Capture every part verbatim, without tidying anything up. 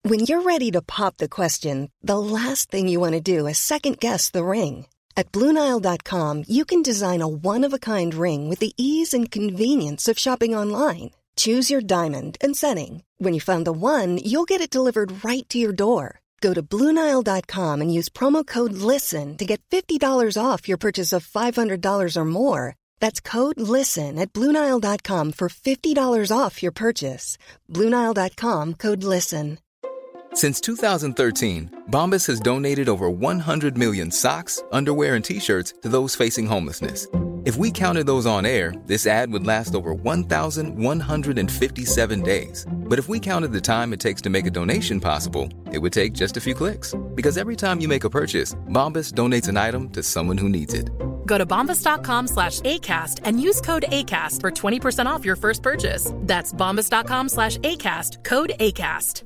When you're ready to pop the question, the last thing you want to do is second-guess the ring. At Blue Nile dot com, you can design a one-of-a-kind ring with the ease and convenience of shopping online. Choose your diamond and setting. When you find the one, you'll get it delivered right to your door. Go to Blue Nile dot com and use promo code LISTEN to get fifty dollars off your purchase of five hundred dollars or more. That's code LISTEN at Blue Nile dot com for fifty dollars off your purchase. Blue Nile dot com, code LISTEN. Since two thousand thirteen, Bombas has donated over one hundred million socks, underwear, and T-shirts to those facing homelessness. If we counted those on air, this ad would last over one thousand one hundred fifty-seven days. But if we counted the time it takes to make a donation possible, it would take just a few clicks. Because every time you make a purchase, Bombas donates an item to someone who needs it. Go to bombas.com slash ACAST and use code ACAST for twenty percent off your first purchase. That's bombas.com slash ACAST, code ACAST.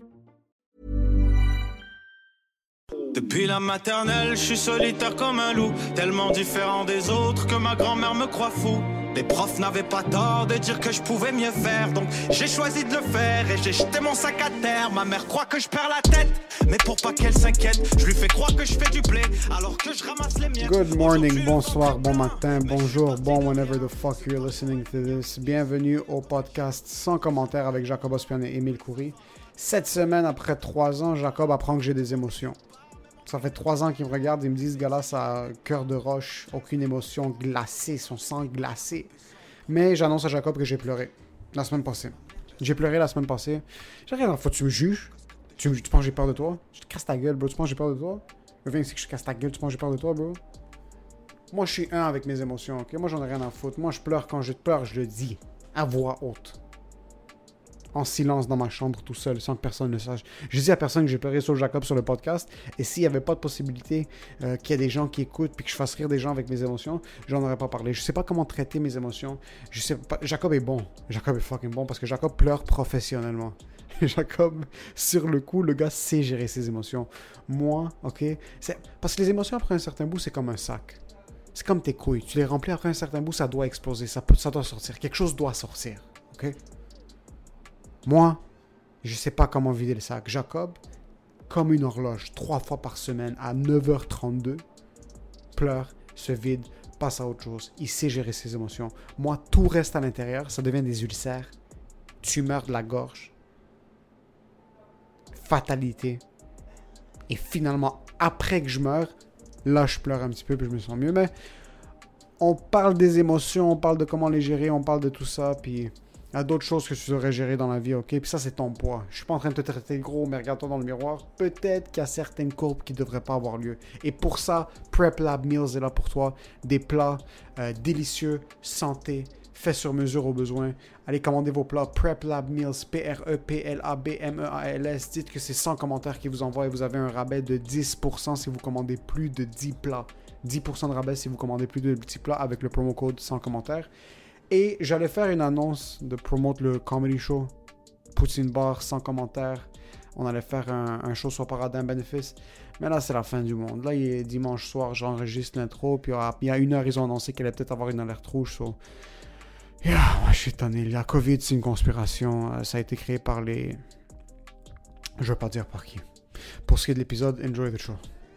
Depuis la maternelle, je suis solitaire comme un loup, tellement différent des autres que ma grand-mère me croit fou. Les profs n'avaient pas tort de dire que je pouvais mieux faire, donc j'ai choisi de le faire et j'ai jeté mon sac à terre. Ma mère croit que je perds la tête, mais pour pas qu'elle s'inquiète, je lui fais croire que je fais du blé alors que je ramasse les miens. Good morning, bonsoir, bon matin, bonjour, bon whenever the fuck you're listening to this. Bienvenue au podcast Sans commentaire avec Jacob Ospian et Émile Coury. Cette semaine, après trois ans, Jacob apprend que j'ai des émotions. Ça fait trois ans qu'ils me regardent, ils me disent, ce gars-là, ça a cœur de roche, aucune émotion, glacé, son sang glacé. Mais j'annonce à Jacob que j'ai pleuré la semaine passée. J'ai pleuré la semaine passée. J'ai rien à foutre, tu me juges? Tu, me, tu penses que j'ai peur de toi? Je te casse ta gueule, bro, tu penses que j'ai peur de toi? Viens ici que je casse ta gueule, tu penses que j'ai peur de toi, bro? Moi, je suis un avec mes émotions, ok? Moi, j'en ai rien à foutre. Moi, je pleure quand je pleure, je le dis, à voix haute. En silence dans ma chambre tout seul sans que personne ne sache. Je dis à personne que j'ai pleuré sur Jacob sur le podcast et s'il n'y avait pas de possibilité euh, qu'il y ait des gens qui écoutent puis que je fasse rire des gens avec mes émotions, j'en aurais pas parlé. Je sais pas comment traiter mes émotions. Je sais pas. Jacob est bon. Jacob est fucking bon parce que Jacob pleure professionnellement. Jacob, sur le coup, le gars sait gérer ses émotions. Moi, ok, c'est... parce que les émotions après un certain bout, c'est comme un sac. C'est comme tes couilles. Tu les remplis après un certain bout, ça doit exploser, ça, peut... ça doit sortir. Quelque chose doit sortir, ok? Moi, je sais pas comment vider le sac. Jacob, comme une horloge, trois fois par semaine à neuf heures trente-deux, pleure, se vide, passe à autre chose. Il sait gérer ses émotions. Moi, tout reste à l'intérieur, ça devient des ulcères, tumeur de la gorge, fatalité. Et finalement, après que je meurs, là, je pleure un petit peu, puis je me sens mieux. Mais on parle des émotions, on parle de comment les gérer, on parle de tout ça, puis... il y a d'autres choses que tu devrais gérer dans la vie, ok? Puis ça, c'est ton poids. Je suis pas en train de te traiter gros, mais regarde-toi dans le miroir. Peut-être qu'il y a certaines courbes qui devraient pas avoir lieu. Et pour ça, Prep Lab Meals est là pour toi. Des plats euh, délicieux, santé, faits sur mesure au besoin. Allez commander vos plats. Prep Lab Meals, P R E P L A B M E A L S. Dites que c'est cent commentaires qui vous envoient et vous avez un rabais de dix pour cent si vous commandez plus de dix plats. dix pour cent de rabais si vous commandez plus de dix plats avec le promo code sans commentaires. Et j'allais faire une annonce de promote le comedy show, Poutine Bar, sans commentaire. On allait faire un, un show sur Paradin Bénéfice. Mais là, c'est la fin du monde. Là, il est dimanche soir, j'enregistre l'intro. Puis il y a une heure, ils ont annoncé qu'elle allait peut-être avoir une alerte rouge. So... Yeah, moi, je suis tanné. La COVID, c'est une conspiration. Ça a été créé par les... Je veux pas dire par qui. Pour ce qui est de l'épisode, enjoy the show.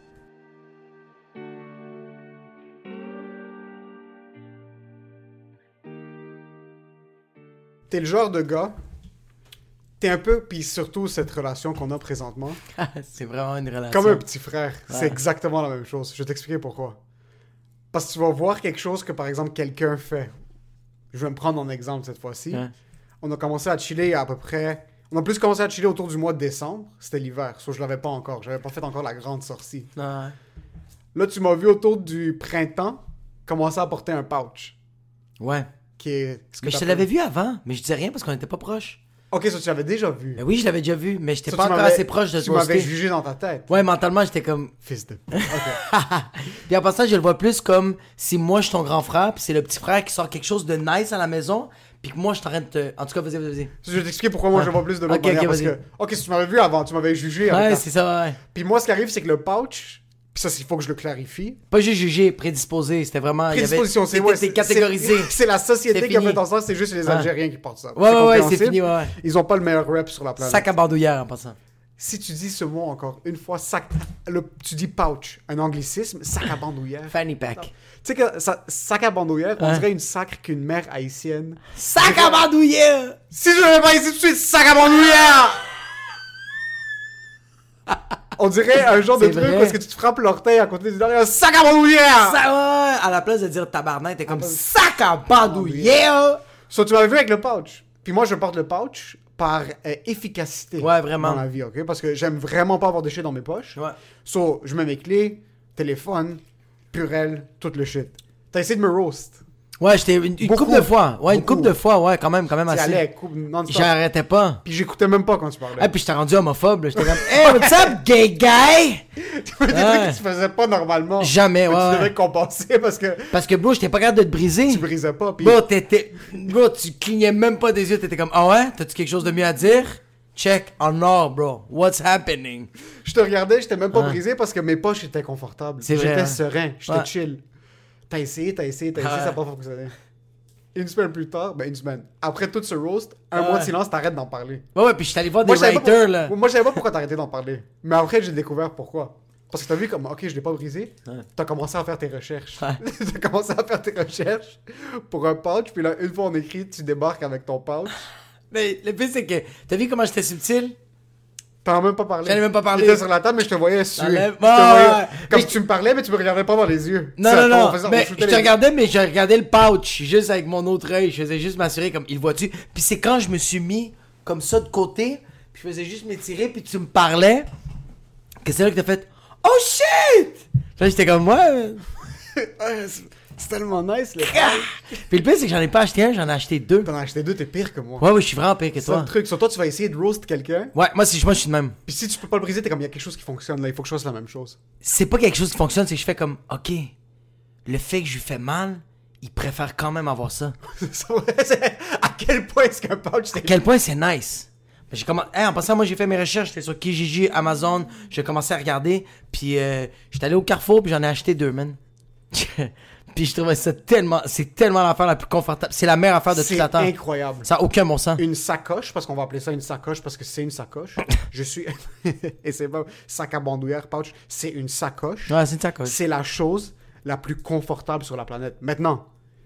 T'es le genre de gars, t'es un peu, puis surtout cette relation qu'on a présentement. C'est vraiment une relation. Comme un petit frère, ouais. C'est exactement la même chose. Je vais t'expliquer pourquoi. Parce que tu vas voir quelque chose que, par exemple, quelqu'un fait. Je vais me prendre en exemple cette fois-ci. Ouais. On a commencé à chiller à peu près... On a plus commencé à chiller autour du mois de décembre. C'était l'hiver, sauf que je l'avais pas encore. J'avais pas fait encore la grande sortie. Ouais. Là, tu m'as vu autour du printemps commencer à porter un pouch. Ouais. Qui est, mais je te l'avais vu avant, mais je disais rien parce qu'on n'était pas proches. Ok, ça tu l'avais déjà vu. Mais oui, je l'avais déjà vu, mais j'étais ça, pas encore assez proche de toi. Tu toi. m'avais jugé dans ta tête. Ouais, mentalement, j'étais comme... Fils de... Okay. Puis en passant, je le vois plus comme si moi, je suis ton grand frère, puis c'est le petit frère qui sort quelque chose de nice à la maison, puis que moi, je suis en train de te... En tout cas, vas-y, vas-y. Je vais t'expliquer pourquoi moi, ah. je le vois plus de l'autre okay, manière. Okay, parce que... Ok, si tu m'avais vu avant, tu m'avais jugé. Ouais, ta... c'est ça, ouais. Puis moi, ce qui arrive, c'est que le pouch... Puis ça, il faut que je le clarifie. Pas juste jugé, prédisposé. C'était vraiment... Prédisposition, il y avait... c'est... ouais, catégorisé. C'est, c'est la société qui a fait en ça, c'est juste les ah. Algériens qui portent ça. Ouais, ouais, ouais, c'est fini, ouais. Ils ont pas le meilleur rep sur la planète. Sac à bandoulière, en passant. si tu dis ce mot encore une fois, sac, le, tu dis pouch, un anglicisme, sac à bandoulière. Fanny pack. Tu sais que ça, sac à bandoulière, on Hein? dirait une sacre qu'une mère haïtienne. Sac à bandoulière! Si je ne vais pas ici tout de suite, sac à bandoulière! On dirait un genre de C'est truc vrai. parce que tu te frappes l'orteil à côté du derrière, sac à bandoulière! Ça, ouais, à la place de dire tabarnak, t'es comme sac à bandoulière! So, tu m'avais vu avec le pouch. Puis moi, je porte le pouch par euh, efficacité. Ouais, vraiment. Dans la vie, ok? Parce que j'aime vraiment pas avoir des shit dans mes poches. Ouais. So, je mets mes clés, téléphone, purelle, tout le shit. T'as essayé de me roast. Ouais, j'étais une, une Beaucoup. couple de fois. Ouais, une Beaucoup. couple de fois, ouais, quand même, quand même Tu assez. allais, coupe non-stop. J'arrêtais pas. Puis j'écoutais même pas quand tu parlais. Ah, puis j'étais rendu homophobe, là. J'étais comme, hey, what's up, gay guy? Tu fais des Ouais. trucs que tu faisais pas normalement. Jamais, Mais ouais, Tu ouais. devais compenser parce que Parce que, bro, j'étais pas capable de te briser. tu brisais pas. Puis Bro, t'étais. Bro, tu clignais même pas des yeux, t'étais comme, ah ouais? T'as-tu quelque chose de mieux à dire? Check, en or, bro. What's happening? je te regardais, j'étais même pas Ouais. brisé parce que mes poches étaient confortables. C'est vrai, J'étais hein. serein, j'étais Ouais. chill. T'as essayé, t'as essayé, t'as essayé, Ouais. ça n'a pas fonctionné. Une semaine plus tard, ben une semaine. Après tout ce roast, un Ouais. mois de silence, t'arrêtes d'en parler. Ouais, ouais, puis j'étais allé voir des Moi, je savais pas writers, pour- là. Moi, je savais pas pourquoi t'arrêtais d'en parler. Mais après, j'ai découvert pourquoi. Parce que t'as vu comme, ok, je l'ai pas brisé. Ouais. T'as commencé à faire tes recherches. Ouais. T'as commencé à faire tes recherches pour un pouch. Puis là, une fois on écrit, tu débarques avec ton pouch. Mais le pire, c'est que, t'as vu comment j'étais subtil? T'en as même pas parlé. J'en ai même pas parlé. J'étais sur la table, mais je te voyais suer. T'enlèves- Je te Ouais, voyais- ouais. Comme Mais- tu me parlais, mais tu me regardais pas dans les yeux. Non, Ça, non, on non, faisait- on mais shootait je te les- regardais, mais je regardais le pouch, juste avec mon autre œil, je faisais juste m'assurer comme, il voit-tu? Puis c'est quand je me suis mis comme ça de côté, puis je faisais juste m'étirer, puis tu me parlais, que c'est là que t'as fait, oh shit! Là, j'étais comme, ouais. Ouais, c'est- C'est tellement nice, le Ah! Puis le pire, c'est que j'en ai pas acheté un, j'en ai acheté deux. T'en as acheté deux, t'es pire que moi. Ouais, ouais, je suis vraiment pire que C'est ça le toi. truc. Sur toi, tu vas essayer de roast quelqu'un. Ouais, moi, si, moi, je suis de même. Puis si tu peux pas le briser, t'es comme, il y a quelque chose qui fonctionne là, il faut que je fasse la même chose. C'est pas quelque chose qui fonctionne, c'est que je fais comme, ok, le fait que je lui fais mal, il préfère quand même avoir ça. C'est vrai, c'est- à quel point est-ce qu'un pouch, c'est. À quel point c'est nice. J'ai comm... hey, en passant, moi j'ai fait mes recherches, j'étais sur Kijiji, Amazon, j'ai commencé à regarder, puis euh, j'étais allé au Carrefour, puis j'en ai acheté deux, man. Puis je trouvais ça tellement, c'est tellement l'affaire la plus confortable, c'est la meilleure affaire de toute C'est la terre. incroyable. Ça a aucun bon sens. Une sacoche, parce qu'on va appeler ça une sacoche, parce que c'est une sacoche. Je suis. Et c'est pas sac à bandoulière, pouch. C'est une sacoche. Ouais, c'est une sacoche. C'est la chose la plus confortable sur la planète. Maintenant,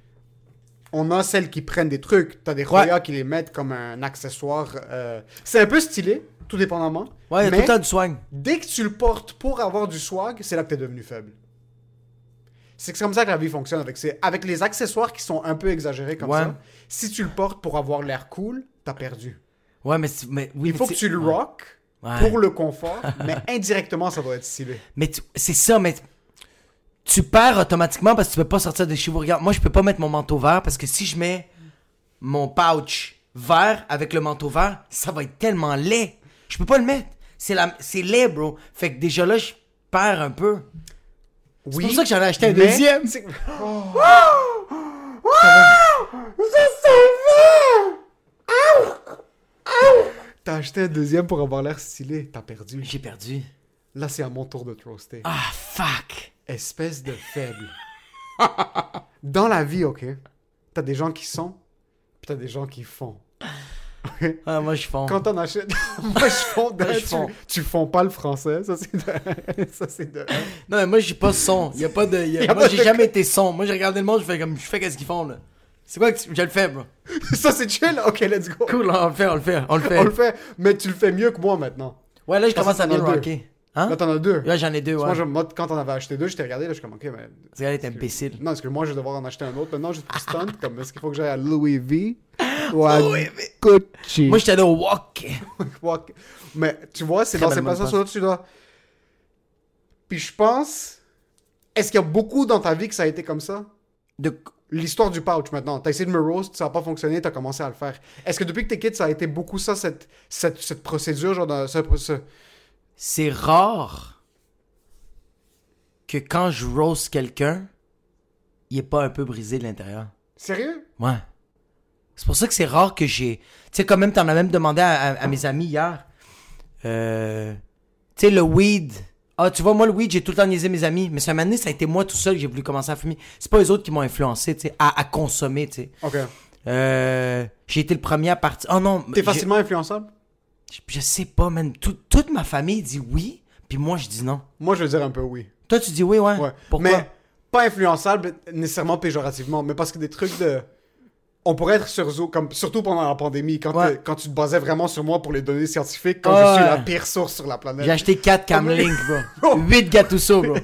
on a celles qui prennent des trucs. T'as des Roya qui les mettent comme un accessoire. euh, C'est un peu stylé, tout dépendamment. Ouais, il y a mais tout le temps du swag. dès que tu le portes pour avoir du swag, c'est là que t'es devenu faible. C'est comme ça que la vie fonctionne. Avec, ces... avec les accessoires qui sont un peu exagérés comme Ouais. ça, si tu le portes pour avoir l'air cool, t'as perdu. Ouais, mais, c'est- mais oui, Il mais faut que c'est- tu le ouais. rock Ouais. pour le confort, mais indirectement, ça doit être stylé. Mais tu- c'est ça, mais tu perds automatiquement parce que tu peux pas sortir de chez vous. Regarde, moi je peux pas mettre mon manteau vert parce que si je mets mon pouch vert avec le manteau vert, ça va être tellement laid. Je peux pas le mettre. C'est la... c'est laid, bro. Fait que déjà là, je perds un peu. Oui, pour ça que j'en ai acheté un mais- deuxième. c'est- T'as acheté un deuxième pour avoir l'air stylé, t'as perdu. J'ai perdu. Là, c'est à mon tour de te roaster. Ah, fuck. Espèce de faible. Dans la vie, ok, t'as des gens qui sont, puis t'as des gens qui font. Ah, moi je fonds. Quand t'en achètes... Moi, je fonds. de- Moi, je tu, fonds. tu fonds pas le français, ça c'est de... ça c'est de... Non, mais moi j'ai pas son. Y a pas de. y a- Y a Moi pas j'ai de- jamais été son. Moi j'ai regardé le monde, je fais comme. Je fais qu'est-ce qu'ils font là. C'est quoi que tu... Je le fais, bro. Ça c'est chill, ok, let's go. Cool, on le fait, on le fait. On le fait. On le fait, mais tu le fais mieux que moi maintenant. Ouais, là je Parce commence que à t'en as bien deux. rocker. Hein? Là, t'en as deux. Là j'en ai deux, ouais. Moi, je, moi, quand on avait acheté deux, je t'ai regardé, là, je suis comme, ok, mais... C'est est imbécile. Non, est-ce que moi, je vais devoir en acheter un autre maintenant, juste pour stunt, comme, est-ce qu'il faut que j'aille à Louis V ou à Gucci? Moi j'étais allé au walk. Walk. Mais, tu vois, c'est Très dans belle ces mode passages-là, tu dois... Puis je pense... Est-ce qu'il y a beaucoup dans ta vie que ça a été comme ça? De... L'histoire du pouch, maintenant. T'as essayé de me roast, ça n'a pas fonctionné, t'as commencé à le faire. Est-ce que depuis que t'es kid, ça a été beaucoup ça, cette, cette, cette procédure, genre, dans, ce, ce- C'est rare que quand je roast quelqu'un, il est pas un peu brisé de l'intérieur. Sérieux? Ouais. C'est pour ça que c'est rare que j'ai... Tu sais, quand même, t'en as même demandé à, à- à mes amis hier. Euh... Tu sais, le weed... Ah, tu vois, moi, le weed, j'ai tout le temps niaisé mes amis. Mais ça m'a donné, ça a été moi tout seul que j'ai voulu commencer à fumer. C'est pas les autres qui m'ont influencé, tu sais, à, à consommer, tu sais. Ok. Euh... J'ai été le premier à partir... Oh non... T'es j'ai- facilement influençable? Je, je sais pas, man. Tout- toute ma famille dit oui, puis moi, je dis non. Moi, je veux dire un peu oui. Toi, tu dis oui, ouais? Ouais. Pourquoi? Mais pas influençable nécessairement péjorativement, mais parce que des trucs de... On pourrait être sur Zoom, comme, surtout pendant la pandémie, quand, Ouais. quand tu te basais vraiment sur moi pour les données scientifiques, quand Ouais. je suis la pire source sur la planète. J'ai acheté quatre Camlink, bro. Oh. huit Gattuso, bro.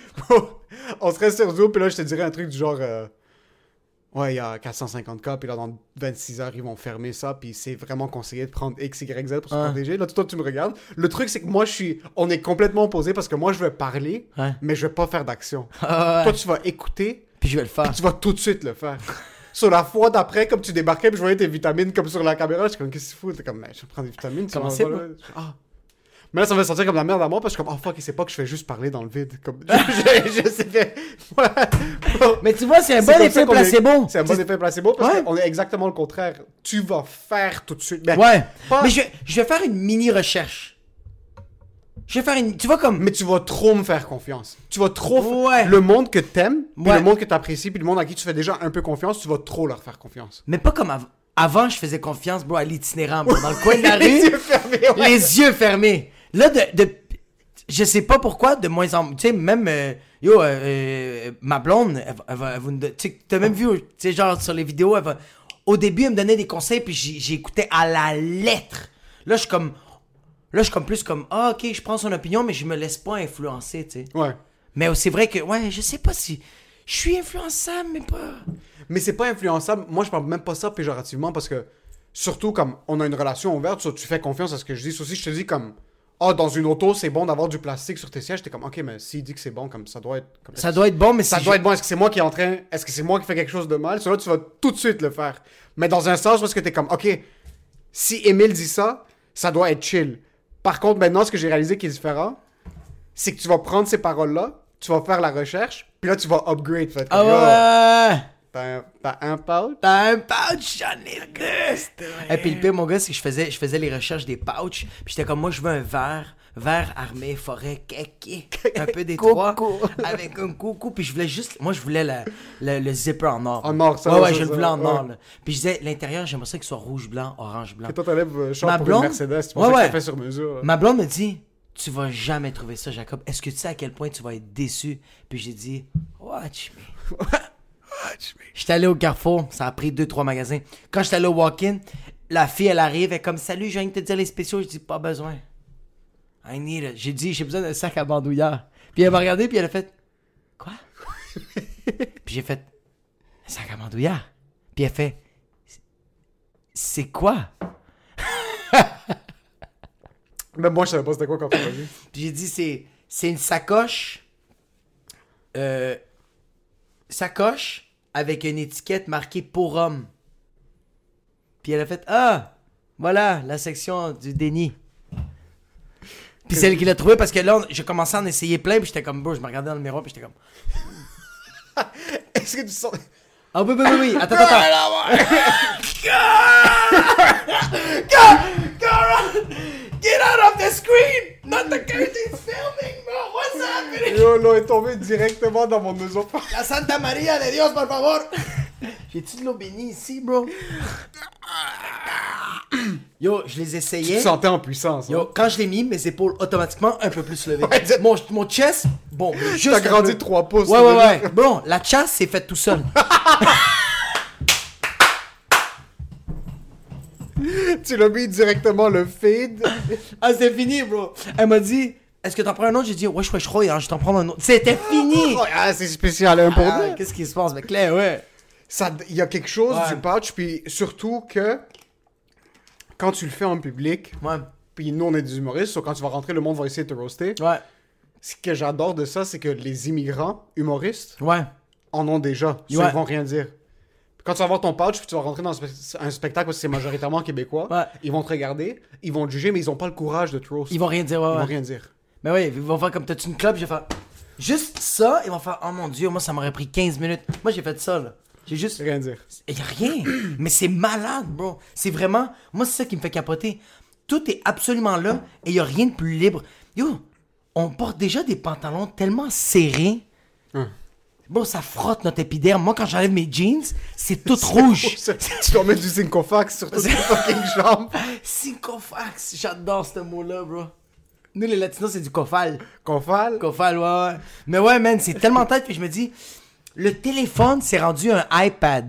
On serait sur Zoom, puis là, je te dirais un truc du genre... euh, Ouais, il y a quatre cent cinquante cas, puis là, dans vingt-six heures, ils vont fermer ça, puis c'est vraiment conseillé de prendre X, Y, Z pour se Ouais. protéger. Là, toi, tu me regardes. Le truc, c'est que moi, je suis... On est complètement opposés parce que moi, je veux parler, Ouais. mais je vais pas faire d'action. Ah, ouais. Toi, tu vas écouter, Puis je vais le faire. tu vas tout de suite le faire. Sur la fois d'après, comme tu débarquais, puis je voyais tes vitamines comme sur la caméra, j'étais comme, qu'est-ce que tu fous? T'es comme, mais je vais prendre des vitamines. tu Comment m'en c'est, vas bro? là. Ah. Mais là, ça me fait sentir comme la merde à moi, parce que je suis comme, oh fuck, il sait pas que je fais juste parler dans le vide. Comme, je, je, je sais fait. Ouais. Mais tu vois, c'est un C'est bon comme ça effet qu'on est- placebo. C'est un bon effet placebo, parce Ouais. qu'on est exactement le contraire. Tu vas faire tout de suite. Ben, Ouais. pas- Mais je, je vais faire une mini-recherche. Je vais faire une... Tu vois comme... Mais tu vas trop me faire confiance. Tu vas trop... f- Ouais. Le monde que t'aimes, puis Ouais. le monde que t'apprécies, puis le monde à qui tu fais déjà un peu confiance, tu vas trop leur faire confiance. Mais pas comme avant. Avant, je faisais confiance, bro, à l'itinérant, bro, dans le coin de la rue. Les yeux fermés, ouais. Les yeux fermés. Là, de, de... Je sais pas pourquoi, de moins en moins... Tu sais, même... euh, yo, euh, euh, ma blonde, elle, va- elle va... elle va nous don- tu sais, t'as même vu, tu sais, genre, sur les vidéos, elle va... Au début, elle me donnait des conseils, puis j'y- j'écoutais à la lettre. Là, je suis comme... Là, je suis comme plus comme... Ah, OK, je prends son opinion, mais je me laisse pas influencer, tu sais. Ouais. Mais c'est vrai que... Ouais, je sais pas si... Je suis influençable, mais pas... Mais c'est pas influençable. Moi, je parle même pas ça péjorativement parce que, surtout comme on a une relation ouverte, so tu fais confiance à ce que je dis. So, si je te dis comme, ah, dans une auto, c'est bon d'avoir du plastique sur tes sièges, t'es comme, ok, mais s'il dit que c'est bon, comme ça doit être. Comme, Ça doit être bon, mais ça si doit je- être bon. Est-ce que c'est moi qui est en train. Est-ce que c'est moi qui fais quelque chose de mal? So, là, tu vas tout de suite le faire. Mais dans un sens, parce que t'es comme, ok, si Émile dit ça, ça doit être chill. Par contre, maintenant, ce que j'ai réalisé qui est différent, c'est que tu vas prendre ces paroles-là, tu vas faire la recherche, puis là, tu vas upgrade. Fait, Ah comme, yo, ouais! T'as un, t'as un pouch? T'as un pouch, j'en ai deux! Et puis le pire, mon gars, c'est que je faisais, je faisais les recherches des pouches, puis j'étais comme, moi, je veux un verre, verre armé, forêt, kéké, un peu d'étroit, Coco. avec un coucou, puis je voulais juste, moi, je voulais la- le, le zipper en or. En or, ça, Ouais, ouais, ouais, ça, je le ça, voulais en ouais. or, là. Puis je disais, l'intérieur, j'aimerais ça qu'il soit rouge, blanc, orange, blanc. Et toi, t'enlèves euh, short Ma pour blonde- une Mercedes. Tu Ouais, pensais que ouais. c'était fait sur mesure. là. Ma blonde me dit, tu vas jamais trouver ça, Jacob. Est-ce que tu sais à quel point tu vas être déçu? Puis j'ai dit, watch me. J'étais allé au Carrefour, ça a pris deux trois magasins. Quand j'étais allé au walk-in, la fille, elle arrive, elle est comme, salut, je viens de te dire les spéciaux. Je dis, pas besoin. I need it. J'ai dit, j'ai besoin d'un sac à bandoulière. Puis elle m'a regardé, puis elle a fait, quoi? Puis j'ai fait, un sac à bandoulière. Puis elle fait, c'est quoi? Même moi, je savais pas c'était quoi quand on l'a vu. Puis j'ai dit, c'est, c'est une sacoche. Euh, sacoche avec une étiquette marquée pour homme. Puis elle a fait, ah, voilà, la section du déni. Puis c'est elle qui l'a trouvé parce que là, on- j'ai commencé à en essayer plein. Puis j'étais comme, bro, je me regardais dans le miroir. Puis j'étais comme, Est-ce que tu sens. ah oui, oui, oui, oui. Attends, attends, attends. Get out of the screen! Not the curtains filming, bro! What's happening? Yo, l'eau est tombée directement dans mon œsophage. La Santa Maria de Dios, por favor! J'ai-tu de l'eau bénie ici, bro? Yo, je les Tu essayais. te sentais en puissance. Yo, Hein? quand je l'ai mis, mes épaules automatiquement un peu plus levées. Ouais, t'as- mon, mon chest, bon, juste. T'as un grandi peu. de trois pouces. Ouais, ça ouais, veut ouais. dire. Bon, la chasse, c'est faite tout seul. Tu l'as mis directement le feed. Ah, c'est fini, bro. Elle m'a dit, est-ce que t'en prends un autre? J'ai dit, ouais, je crois que je crois, hein, je t'en prends un autre. C'était fini! Ah, c'est spécial, un pour Ah, deux. qu'est-ce qui se passe, mec? Claire, ouais. Ça, il y a quelque chose Ouais. du patch, puis surtout que quand tu le fais en public, Ouais. puis nous on est des humoristes, so quand tu vas rentrer, le monde va essayer de te roaster. Ouais. Ce que j'adore de ça, c'est que les immigrants humoristes Ouais. en ont déjà. So, Ouais. Ils vont rien dire. Quand tu vas voir ton pouch, puis tu vas rentrer dans un spe- un spectacle parce que c'est majoritairement québécois, Ouais. ils vont te regarder, ils vont te juger, mais ils ont pas le courage de te roast. Ils vont rien dire, ouais, Ils ouais. vont rien dire. Mais oui, ils vont faire comme t'as-tu une clope, je vais faire. Juste ça, ils vont faire, oh mon dieu, moi ça m'aurait pris quinze minutes. Moi j'ai fait ça, là. J'ai juste. Rien dire. Y a rien. Mais c'est malade, bro. C'est vraiment. Moi, c'est ça qui me fait capoter. Tout est absolument là et y a rien de plus libre. Yo, on porte déjà des pantalons tellement serrés. Hum. Bon, ça frotte notre épiderme. Moi, quand j'enlève mes jeans, c'est tout rouge. Tu dois mettre du Syncofax sur toutes tes fucking jambes. Syncofax, j'adore ce mot-là, bro. Nous, les Latinos, c'est du cofal. Confal? Cofal, ouais, ouais. Mais ouais, man, c'est tellement tête, puis je me dis, le téléphone, c'est rendu un iPad.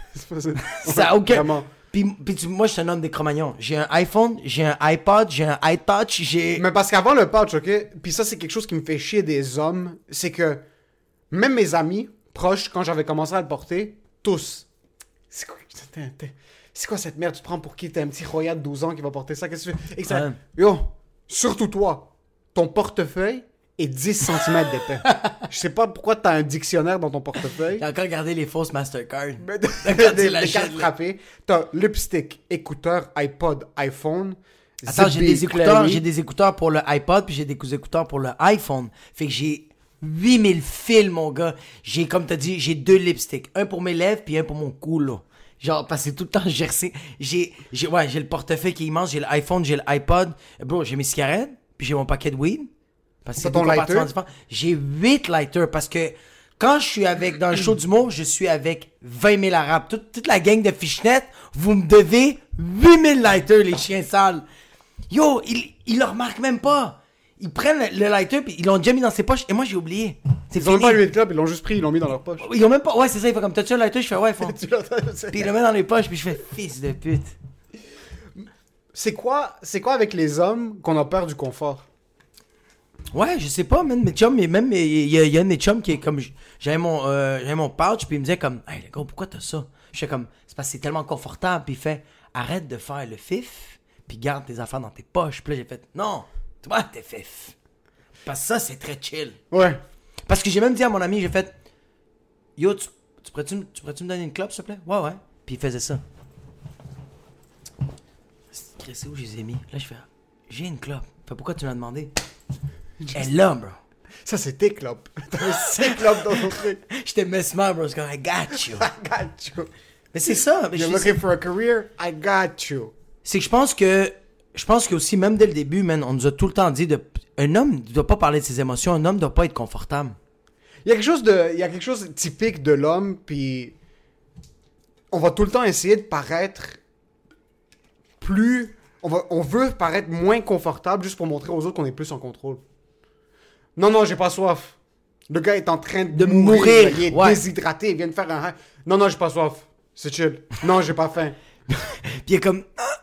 Ça a aucun... Vraiment. Puis, puis tu- moi, je suis un homme des Cro-Magnons. J'ai un iPhone, j'ai un iPod, j'ai un iTouch, j'ai... Mais parce qu'avant le pouch, ok? Puis ça, c'est quelque chose qui me fait chier des hommes. C'est que même mes amis proches, quand j'avais commencé à le porter, tous. C'est quoi, t'es- t'es- c'est quoi cette merde? Tu te prends pour qui? T'es un petit Roya de douze ans qui va porter ça? Qu'est-ce que tu fais? Et que ça- Ouais. Yo, surtout toi, ton portefeuille est dix centimètres d'épais. Je sais pas pourquoi t'as un dictionnaire dans ton portefeuille. J'ai encore gardé les fausses Mastercard. Mais de- Quand des, tu des l'achètes, cartes là. frappées. T'as lipstick, écouteurs, iPod, iPhone. Attends, j'ai Zigbee, des écouteurs, Clary. j'ai des écouteurs pour le iPod, puis j'ai des écouteurs pour le iPhone. Fait que j'ai huit mille fils, mon gars. J'ai, comme t'as dit, j'ai deux lipsticks. Un pour mes lèvres, puis un pour mon cou, là. Genre, parce que tout le temps gercé. J'ai, j'ai, ouais, j'ai le portefeuille qui est immense, j'ai l'iPhone, j'ai l'iPod. Bro, j'ai mes cigarettes, puis j'ai mon paquet de weed. Parce que T'as c'est ton deux compartiments lighter? différents. J'ai huit lighters, parce que quand je suis avec, dans le show d'humour, je suis avec vingt mille arabes. Toute, toute la gang de fichenettes, vous me devez huit mille lighters, les chiens sales. Yo, ils, ils le remarquent même pas. Ils prennent le, le lighter, puis ils l'ont déjà mis dans ses poches, et moi j'ai oublié. C'est Ils ont même fini. pas eu de club, ils l'ont juste pris, ils l'ont mis dans leur poche. Ils ont même pas. Ouais, c'est ça, il fait comme t'as-tu un lighter? Je fais ouais, ils font. Tu l'entends, c'est- Puis il le met dans les poches, puis je fais fils de pute. C'est quoi, c'est quoi avec les hommes qu'on a peur du confort? Ouais, je sais pas, man. Mes chums, mais même, il y, a- il y a un de mes chums qui est comme. J'avais mon, euh, j'avais mon pouch, puis il me disait comme, hey, le gars, pourquoi t'as ça? Je fais comme, c'est parce que c'est tellement confortable, puis il fait, arrête de faire le fif, puis garde tes affaires dans tes poches. Puis là, j'ai fait, non, toi, t'es fif. Parce que ça, c'est très chill. Ouais. Parce que j'ai même dit à mon ami, j'ai fait, yo, tu, tu pourrais-tu, tu pourrais-tu me donner une clope, s'il te plaît? Ouais, ouais. Puis il faisait ça. C'est où je les ai mis? Là, je fais, j'ai une clope. Fait, pourquoi tu m'as demandé? Elle est là, bro. Ça, c'est tes clopes. T'avais six clopes dans ton truc. J'étais mesmer, bro. C'est comme, I got you. I got you. Mais c'est ça. mais You're je- looking for a career? I got you. C'est que je pense que. Je pense que aussi, même dès le début, man, on nous a tout le temps dit de. Un homme ne doit pas parler de ses émotions. Un homme ne doit pas être confortable. Il y a quelque chose de, il y a quelque chose de typique de l'homme, puis on va tout le temps essayer de paraître plus, on va, on veut paraître moins confortable juste pour montrer aux autres qu'on est plus en contrôle. Non, non, j'ai pas soif. Le gars est en train de, De mourir, mourir, il est ouais. déshydraté, il vient de faire un. Non, non, j'ai pas soif. C'est chill. Non, j'ai pas faim. Puis il est comme. Ah,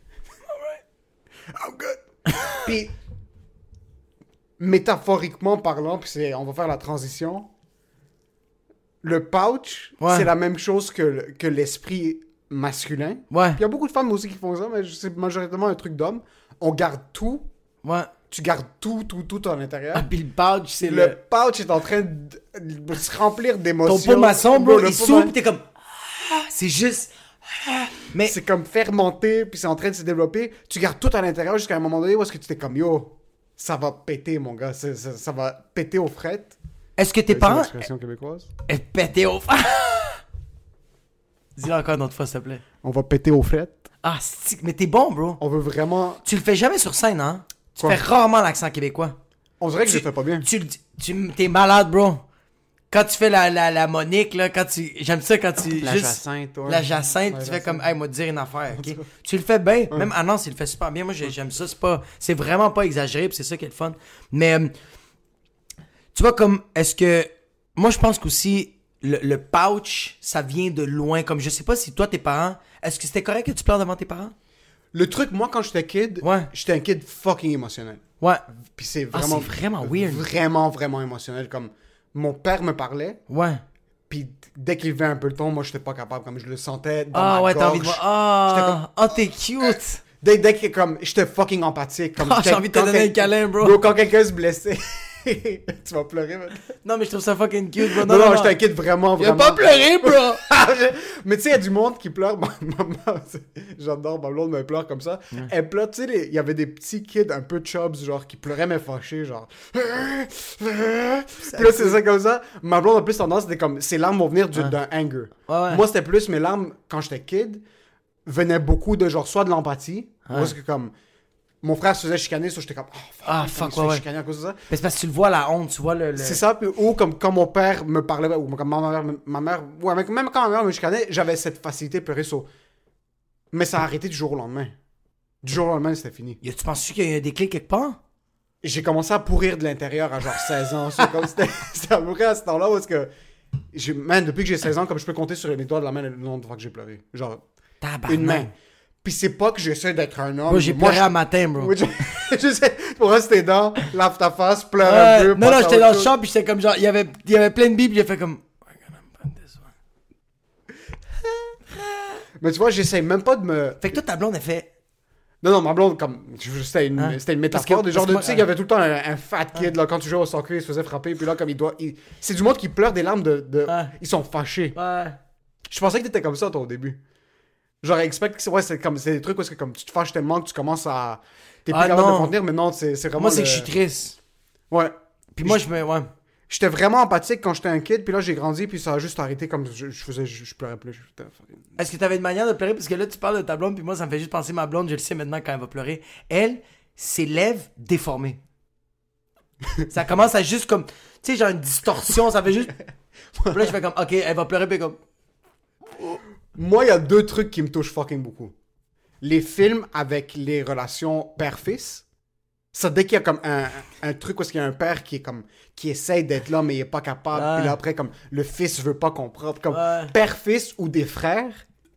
I'm good. Puis, métaphoriquement parlant, puis c'est, on va faire la transition. Le pouch, Ouais. c'est la même chose que, le- que l'esprit masculin. ouais, Il y a beaucoup de femmes aussi qui font ça, mais c'est majoritairement un truc d'homme. On garde tout. ouais. Tu gardes tout, tout, tout à l'intérieur. Ah, puis le pouch, c'est le le. pouch est en train de, de se remplir Ton d'émotions. pot maçon, bro, le il pot s'ouvre, ma- pis t'es comme. Ah, c'est juste. Ah. Mais. C'est comme fermenté, puis c'est en train de se développer. Tu gardes tout à l'intérieur jusqu'à un moment donné où est-ce que tu t'es comme, yo, ça va péter, mon gars. C'est- ça, ça va péter aux frettes. Est-ce que tes C'est parents. l'expression québécoise. Eh, pété au. Dis-le encore une autre fois, s'il te plaît. On va péter aux frettes. Ah, c'est- mais t'es bon, bro. On veut vraiment... Tu le fais jamais sur scène, hein? Tu Quoi? fais rarement l'accent québécois. On dirait que je Tu- le fais pas bien. Tu le dis. Tu, t'es malade, bro. Quand tu fais la, la, la Monique, là, quand tu. J'aime ça quand tu. La juste- Jacinthe, ouais. La Jacinthe, Ouais, tu fais Jacinthe. comme, hey, moi, te dire une affaire, ok? Tu le fais bien. Même Anance, il le fait super bien. Moi, j'ai- j'aime ça. C'est pas. C'est vraiment pas exagéré, pis c'est ça qui est le fun. Mais. euh, Tu vois, comme. Est-ce que. Moi, je pense qu'aussi. Le, le pouch, ça vient de loin. Comme je sais pas si toi, tes parents. Est-ce que c'était correct que tu pleures devant tes parents? Le truc, moi, quand j'étais kid, Ouais. j'étais un kid fucking émotionnel. Ouais. Puis c'est Ah, vraiment... c'est vraiment weird. Vraiment, vraiment émotionnel. Comme, mon père me parlait, Ouais. puis dès qu'il levait un peu le ton, moi, j'étais pas capable. Comme, je le sentais dans Ah ma ouais, gorge. t'as envie de voir. Ah, oh, t'es cute. Dès, dès que, comme, j'étais fucking empathique. Comme, Ah, j'ai envie de te quand donner quel- un câlin, bro. Quand quelqu'un se blessait... tu vas pleurer, maintenant. Non, mais je trouve ça fucking cute, bro. Non, non, je t'inquiète vraiment, Il a vraiment. pas pleuré, bro. Mais tu sais, il y a du monde qui pleure. Ma maman, j'adore, ma blonde me pleure comme ça. Elle pleure, tu sais, les- il y avait des petits kids un peu chubs, genre, qui pleuraient mais fâchés, genre. Puis là, c'est ça comme ça. Ma blonde a plus tendance, c'était comme, ses larmes vont venir du- d'un anger. Ouais, ouais. Moi, c'était plus, mes larmes, quand j'étais kid, venaient beaucoup de genre, soit de l'empathie, ou est-ce que comme, mon frère se faisait chicaner, so j'étais comme, oh, fuck, Ah, il fuck, se fait ouais, ouais. chicaner à cause de ça. Mais c'est parce que tu le vois, la honte, tu vois le... le... C'est ça, puis, ou comme quand mon père me parlait, ou comme ma mère, ma mère, ouais, même quand ma mère me chicanait, j'avais cette facilité de pleurer, so. Mais ça a arrêté du jour au lendemain. Du jour au lendemain, c'était fini. Yo, tu penses qu'il y a eu un déclic quelque part? J'ai commencé à pourrir de l'intérieur à genre seize ans. So, comme c'était, c'était à peu près à ce temps-là, parce que, j'ai, man, depuis que j'ai seize ans, comme je peux compter sur les doigts de la main le nombre de fois que j'ai pleuré. Genre, Tabarnak. une main. Puis c'est pas que j'essaie d'être un homme. Moi, j'ai Moi, pleuré je- à matin, bro. Oui, je, je sais, pour rester dents, lave ta face, pleure Ouais, un peu. non, non, passe à j'étais autre dans le chose. shop, puis j'étais comme genre, il y avait, il y avait plein de billes, puis j'ai fait comme... We're gonna prendre this one. Mais tu vois, j'essaie même pas de me. Fait que toi, ta blonde, elle fait... Non, non, ma blonde, comme. je- C'était une, Hein? c'était une Parce métaphore. que- Des genres parce de. que Tu sais, moi- il y avait tout le temps un, un fat kid, là, quand tu jouais au soccer, il se faisait frapper, puis là, comme il doit. il- C'est du monde qui pleure des larmes de. de... Ouais. Ils sont fâchés. Ouais. Je pensais que t'étais comme ça, toi, au début. Genre, expect que ouais, c'est comme. C'est des trucs où est-ce que, comme, tu te fâches tellement que tu commences à. T'es plus Ah, capable de non. contenir, mais non, c'est, c'est vraiment. Moi, c'est le- que je suis triste. Ouais. Puis moi, je me... Ouais. J'étais vraiment empathique quand j'étais un kid, puis là, j'ai grandi, puis ça a juste arrêté comme. Je, je faisais. Je, je pleurais plus. Je- putain, fucking- Est-ce que t'avais une manière de pleurer? Parce que là, tu parles de ta blonde, puis moi, ça me fait juste penser ma blonde, je le sais maintenant quand elle va pleurer. Elle, ses lèvres déformées. Ça commence à juste comme... Tu sais, genre une distorsion, ça fait juste... Puis là, je fais comme, OK, elle va pleurer, puis comme... Moi, il y a deux trucs qui me touchent fucking beaucoup. Les films avec les relations père-fils. Ça, dès qu'il y a comme un, un truc où il y a un père qui est comme qui essaye d'être là, mais il est pas capable. Ouais. Puis là, après, comme le fils veut pas comprendre. Comme Ouais. père-fils ou des frères.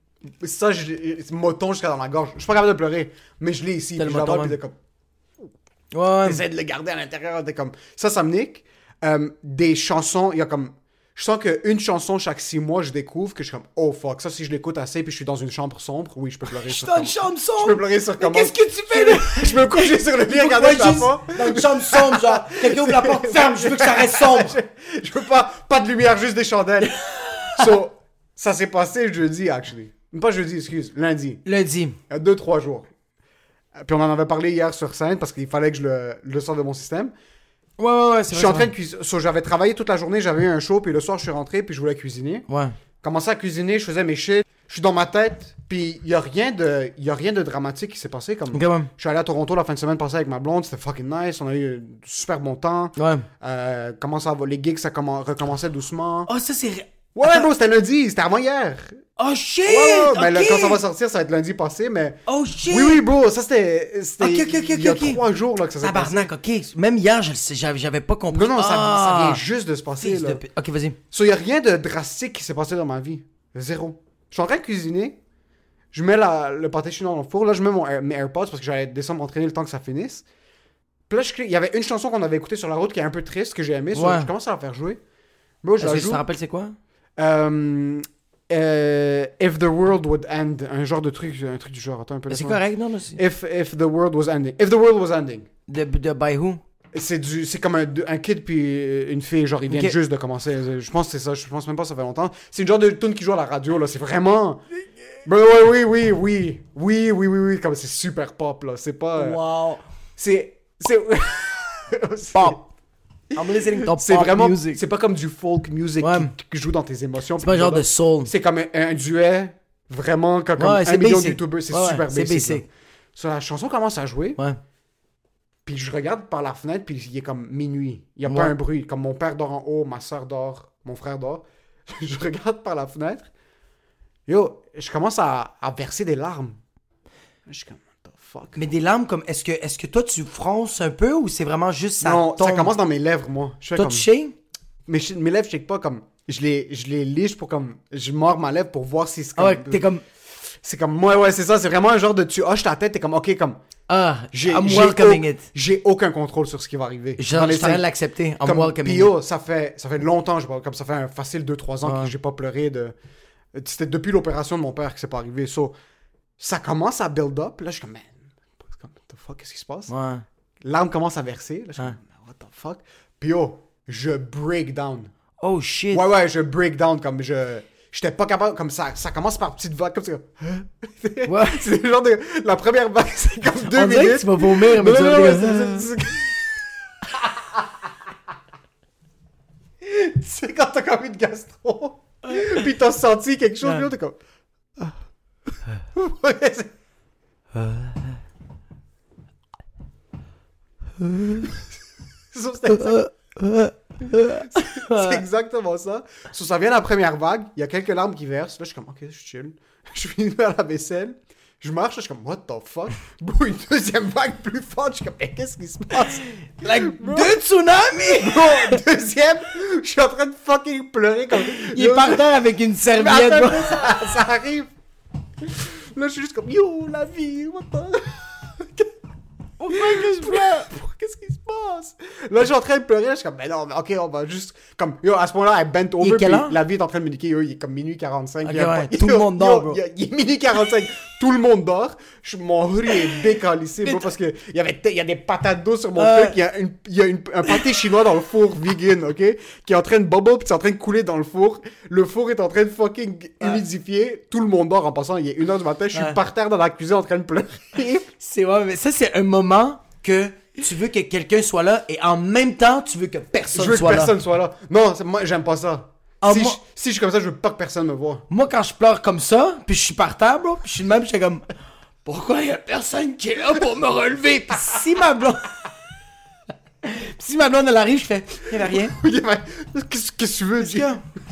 Ça, je moton jusqu'à dans la gorge. Je suis pas capable de pleurer, mais je l'ai ici. T'as Puis le je l'avale, moton, puis même. t'es comme... Ouais, T'essaies de le garder à l'intérieur. T'es comme... Ça, ça me nique. Euh, des chansons, il y a comme... Je sens qu'une chanson chaque six mois, je découvre que je suis comme, oh fuck, ça si je l'écoute assez puis je suis dans une chambre sombre, oui, je peux pleurer je suis sur dans une comment- chambre sombre! Je peux pleurer sur Mais comment... qu'est-ce que tu fais, là? Je me couche sur le lit, Faut regarder que le moi, juste plafond. dans une chambre sombre, genre, quelqu'un ouvre la porte, ferme, je veux que ça reste sombre! Je, je veux pas, pas de lumière, juste des chandelles. So, ça s'est passé jeudi, actually. Pas jeudi, excuse, lundi. Lundi. Il y a deux, trois jours. Euh, Puis on en avait parlé hier sur scène parce qu'il fallait que je le, le sorte de mon système. Ouais, ouais, ouais, c'est Je vrai. suis en c'est train de vrai. cuisiner. So, j'avais travaillé toute la journée, j'avais eu un show, puis le soir, je suis rentré, puis je voulais cuisiner. Ouais. Commençais à cuisiner, je faisais mes shit. Je suis dans ma tête, puis il y a rien de, il y a rien de dramatique qui s'est passé. Comme, Ok, ouais. je suis allé à Toronto la fin de semaine passée avec ma blonde, c'était fucking nice, on a eu un super bon temps. Ouais. Euh, comment ça va, les gigs, ça commen- recommençait doucement. Oh, ça, c'est... Ouais, Attends. bro, c'était lundi, c'était avant hier. Oh, shit! Ouais, ouais, mais là, ok. quand ça va sortir, ça va être lundi passé, mais... Oh, shit! Oui, oui, bro, ça c'était... c'était Ok, ok, ok, il y a ok, ok. trois jours là, que ça s'est passé. Tabarnak, ok. Même hier, je le sais, j'avais, j'avais pas compris. Non, non, ça, Ah. ça vient juste de se passer, Fils là. de pu- Ok, vas-y. So, il n'y a rien de drastique qui s'est passé dans ma vie. Zéro. Je suis en train de cuisiner. Je mets la, le pâté chinois dans le four. Là, je mets mon, Air- mes AirPods parce que j'allais descendre m'entraîner le temps que ça finisse. Puis là, je clique- il y avait une chanson qu'on avait écoutée sur la route qui est un peu triste, que j'ai aimée. So, Ouais. je commence à la faire jouer. Bro, je Est-ce la que tu joue. te rappelles c'est quoi? Euh, euh, If the world would end. Un genre de truc, un truc du genre. Attends un peu. C'est laisse-moi. correct, non? non c'est... If, if the world was ending. If the world was ending. De, de By Who? C'est du, c'est comme un, un kid puis une fille, genre ils viennent Ok. juste de commencer. Je pense que c'est ça, je pense même pas que ça fait longtemps. C'est une genre de tune qui joue à la radio là, c'est vraiment. Ben ouais, oui, oui, oui, oui, oui, oui, oui, comme c'est super pop là, c'est pas. euh, Wow. C'est, c'est. c'est- Pop. I'm listening to C'est pop vraiment, music. c'est pas comme du folk music Ouais. qui, qui joue dans tes émotions. C'est pas un genre de soul. C'est comme un, un duet, vraiment comme, comme Ouais, un c'est million basic. de youtubers, c'est Ouais, super c'est basic. basic. là. So, la chanson commence à jouer. Ouais. Puis je regarde par la fenêtre, puis il est comme minuit. Il n'y a Ouais. pas un bruit. Comme mon père dort en haut, ma soeur dort, mon frère dort. Je regarde par la fenêtre. Yo, je commence à, à verser des larmes. Je suis comme, what the fuck? Mais des larmes comme, est-ce que, est-ce que toi tu fronces un peu ou c'est vraiment juste ça non, tombe? ça commence dans mes lèvres, moi. Je fais Toi comme... tu sais? mes, chi- mes lèvres, je shake pas comme... Je les, je les liche pour comme... Je mords ma lèvre pour voir si c'est comme... Ah ouais, t'es comme, C'est comme... Ouais, ouais, c'est ça. C'est vraiment un genre de... Tu hoches ta tête, t'es comme, OK, comme... ah, J'ai, I'm j'ai welcoming au- it. J'ai aucun contrôle sur ce qui va arriver. Je Dans les je suis en train cinq- de l'accepter. I'm Comme, welcoming puis it. yo, ça fait, ça fait longtemps, je, comme ça fait un facile deux trois ans Ouais. que j'ai pas pleuré de... C'était depuis l'opération de mon père que c'est pas arrivé. So, ça commence à build up. Là, je suis comme, man, c'est comme, what the fuck, qu'est-ce qui se passe? Ouais. L'arme commence à verser. Là, je suis Ouais. comme, what the fuck? Puis yo, je break down. Oh shit. Ouais, ouais, je break down comme je... J'étais pas capable, comme ça, ça commence par petites vagues, comme ça. Ouais. C'est le genre de... La première vague, c'est comme deux On dirait minutes. que tu vas vomir, mais Non, tu non, vas non, dire- ouais, c'est- c'est- c'est- Tu sais, quand t'as comme une gastro, pis t'as senti quelque chose, Ouais. pis là, t'es comme... Ah. Ouais, c'est- So, c'est, exact... c'est exactement ça. So, ça vient la première vague, il y a quelques larmes qui versent. Là, je suis comme, ok, je suis chill. Je finis de faire la vaisselle. Je marche, je suis comme, what the fuck? Bro, une deuxième vague plus forte. Je suis comme, mais qu'est-ce qui se passe? Like, bro. Deux tsunamis! Bro, deuxième, je suis en train de fucking pleurer comme... Il est par terre avec une serviette, bro. Ça, ça arrive. Là, je suis juste comme, yo, la vie, what the... Pourquoi que je pleure? Qu'est-ce qui se passe? Là, je suis en train de pleurer. Je suis comme, ben non, mais ok, on va juste. Comme, yo, à ce moment-là, elle bent over. Puis la vie est en train de me dire, yo, il est comme minuit quarante-cinq. Okay, il ouais, pas... tout yo, le monde dort, yo, bro. Il, il est minuit quarante-cinq. Tout le monde dort. Je, mon riz est décalissé, bro, parce qu'il y, avait, il y a des patates d'eau sur mon euh... truc. Il y a, une, il y a une, un pâté chinois dans le four vegan, ok? Qui est en train de bubble, puis c'est en train de couler dans le four. Le four est en train de fucking humidifier. Ouais. Tout le monde dort en passant. Il est une heure du matin. Je suis ouais. par terre dans la cuisine en train de pleurer. C'est ouais, mais ça, c'est un moment que tu veux que quelqu'un soit là et en même temps, tu veux que personne soit là. Je veux que personne là. soit là. Non, moi, j'aime pas ça. Ah, si, moi... je, si je suis comme ça, je veux pas que personne me voie. Moi, quand je pleure comme ça, puis je suis par terre, bro, puis je suis de même, j'étais comme, pourquoi y a personne qui est là pour me relever? Puis si ma blonde... Puis si ma blonde, elle arrive, je fais, y'avait rien. Qu'est-ce que tu veux, dire?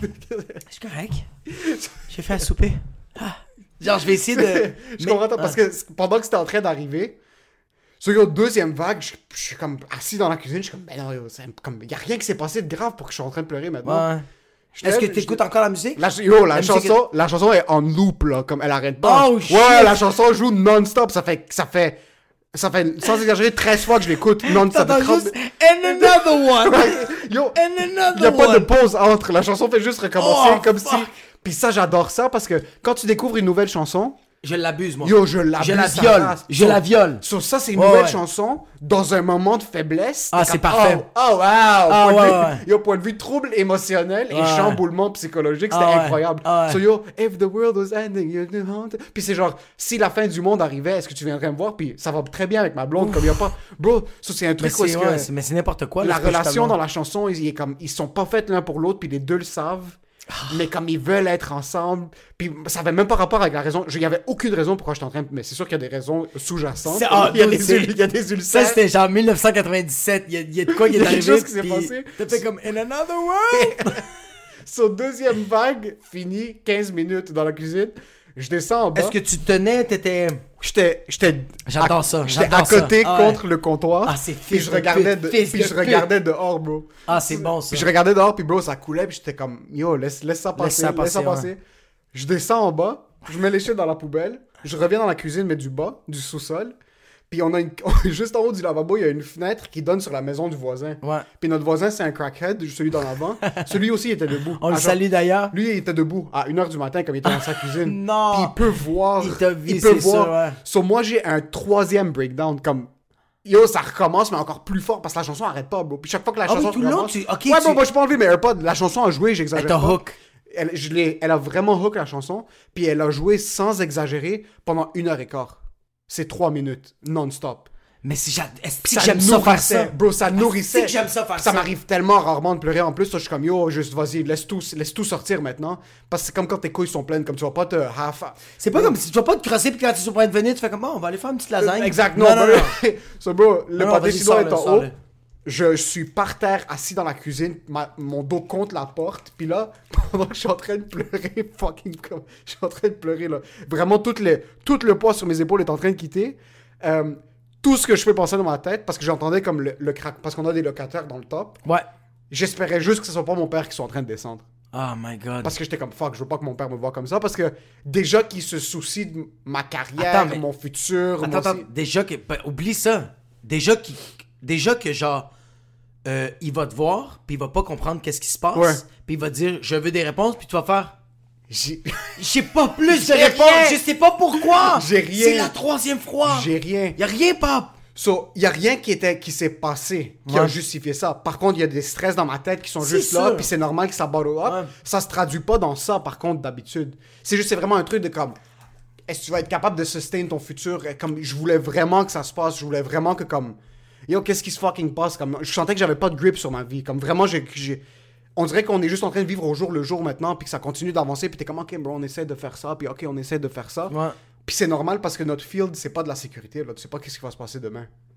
Je suis correct. J'ai fait à souper. Ah. Genre, je vais essayer de... je comprends, ah. parce que pendant que c'était en train d'arriver, sur la deuxième vague, je, je suis comme assis dans la cuisine, je suis comme, ben non, il n'y a rien qui s'est passé de grave pour que je sois en train de pleurer maintenant. Ouais. Est-ce que tu écoutes encore la musique? La, yo, la, la chanson, que... la chanson est en loop, là, comme elle arrête pas. Oh, ouais, shit. La chanson joue non-stop, ça fait, ça fait, ça fait, sans exagérer, treize fois que je l'écoute non-stop. T'entends juste, and another one! Yo, and another il y a one. pas de pause entre, la chanson fait juste recommencer, oh, comme fuck. si... Puis ça, j'adore ça, parce que quand tu découvres une nouvelle chanson... Je l'abuse, moi. Yo, je l'abuse. Je la viole. Je la viole. Sur ça, c'est une oh, nouvelle ouais. chanson dans un moment de faiblesse. Ah, c'est comme, parfait. Oh, oh wow. Ah, point, ouais, de vue, ouais. yo, point de vue trouble émotionnel ouais. et chamboulement psychologique, c'était ah, incroyable. Ouais. Ah, ouais. So yo, if the world was ending, you'd be haunted. Puis c'est genre, si la fin du monde arrivait, est-ce que tu viendrais me voir? Puis ça va très bien avec ma blonde, Ouf. Comme il y a pas. Bro, ça c'est un truc mais c'est, où ouais, que c'est, mais c'est n'importe quoi. La relation dans la chanson, ils, ils, comme, ils sont pas faits l'un pour l'autre, puis les deux le savent. Mais comme ils veulent être ensemble, puis ça avait même pas rapport avec la raison. Il y avait aucune raison pourquoi j'étais en train de... Mais c'est sûr qu'il y a des raisons sous-jacentes. Ah, il, y a des, il y a des ulcères. Ça, c'était genre dix-neuf cent quatre-vingt-dix-sept. Il y a, il y a de quoi qui est arrivé. Il y a quelque chose qui s'est passé. T'as fait comme in another world. Son deuxième vague finit quinze minutes dans la cuisine. Je descends en bas. Est-ce que tu tenais, t'étais... J'étais, j'étais... J'adore à, ça, J'étais j'adore à côté ça. contre ah, le comptoir. Ah, c'est Puis je regardais, de, fils puis de je regardais dehors, bro. Ah, c'est bon, ça. Puis je regardais dehors, puis bro, ça coulait, puis j'étais comme, yo, laisse, laisse ça passer, laisse ça passer. Laisse ça passer. Ouais. Je descends en bas, je mets les shit dans la poubelle, je reviens dans la cuisine, mais du bas, du sous-sol. Puis on a une... juste en haut du lavabo, il y a une fenêtre qui donne sur la maison du voisin. Ouais. Puis notre voisin, c'est un crackhead, celui dans l'avant. Celui aussi, il était debout. On le salue d'ailleurs. Lui, il était debout à une heure du matin, comme il était dans sa cuisine. Non! Puis il peut voir. Il t'a vu, il peut c'est voir. ça, ouais. So, moi, j'ai un troisième breakdown, comme... Yo, ça recommence, mais encore plus fort, parce que la chanson arrête pas, bro. Puis chaque fois que la ah, chanson oui, tout recommence... tu... okay, ouais, tu... bon, moi, je peux enlever mes AirPods. La chanson a joué, j'exagère pas. Elle t'a hook. Elle, je l'ai... Elle a vraiment hook, la chanson. Puis elle a joué sans exagérer pendant une heure et quart. C'est trois minutes, non-stop. Mais si j'a... est-ce que ça j'aime ça faire ça? Bro, ça nourrissait. C'est que j'aime ça faire ça. Ça m'arrive tellement rarement de pleurer en plus. Là, je suis comme, yo, juste vas-y, laisse tout, laisse tout sortir maintenant. Parce que c'est comme quand tes couilles sont pleines, comme tu vas pas te half. C'est pas euh, comme si tu vas pas te crosser, puis quand tu es sur le point de venir, tu fais comme, oh, on va aller faire une petite lasagne. Exact, non, non, non. non. So, bro, le non, pâté chinois est en haut. Le... Je, je suis par terre, assis dans la cuisine, ma, mon dos contre la porte. Puis là, pendant que je suis en train de pleurer, fucking comme. Je suis en train de pleurer, là. Vraiment, tout, les, tout le poids sur mes épaules est en train de quitter. Euh. Tout ce que je fais passer dans ma tête, parce que j'entendais comme le, le crack, parce qu'on a des locataires dans le top. Ouais. J'espérais juste que ce soit pas mon père qui soit en train de descendre. Oh my god. Parce que j'étais comme fuck, je veux pas que mon père me voie comme ça, parce que déjà qu'il se soucie de ma carrière, attends, mais... mon futur. Attends, mon... attends, déjà que. Ben, oublie ça. Déjà, qu'il... déjà que genre. Euh, il va te voir, puis il va pas comprendre qu'est-ce qui se passe. Ouais. Puis il va te dire, je veux des réponses, puis tu vas faire. J'ai... J'ai pas plus J'ai de réponses, rien. je sais pas pourquoi. J'ai rien. C'est la troisième fois. J'ai rien. Y'a rien, pape. So, y a rien qui était qui s'est passé qui ouais. a justifié ça. Par contre, il y a des stress dans ma tête qui sont c'est juste sûr. là, puis c'est normal que ça bottle up. Ouais. Ça se traduit pas dans ça, par contre, d'habitude. C'est juste, c'est vraiment un truc de comme, est-ce que tu vas être capable de sustain ton futur? Comme, je voulais vraiment que ça se passe, je voulais vraiment que comme, yo, qu'est-ce qui se fucking passe? Comme, je sentais que j'avais pas de grip sur ma vie. Comme, vraiment, j'ai... j'ai... On dirait qu'on est juste en train de vivre au jour le jour maintenant, puis que ça continue d'avancer, puis t'es comme, ok, bro, on essaie de faire ça, puis ok, on essaie de faire ça. Ouais. Puis c'est normal parce que notre field, c'est pas de la sécurité, là. Tu sais pas qu'est-ce qui va se passer demain.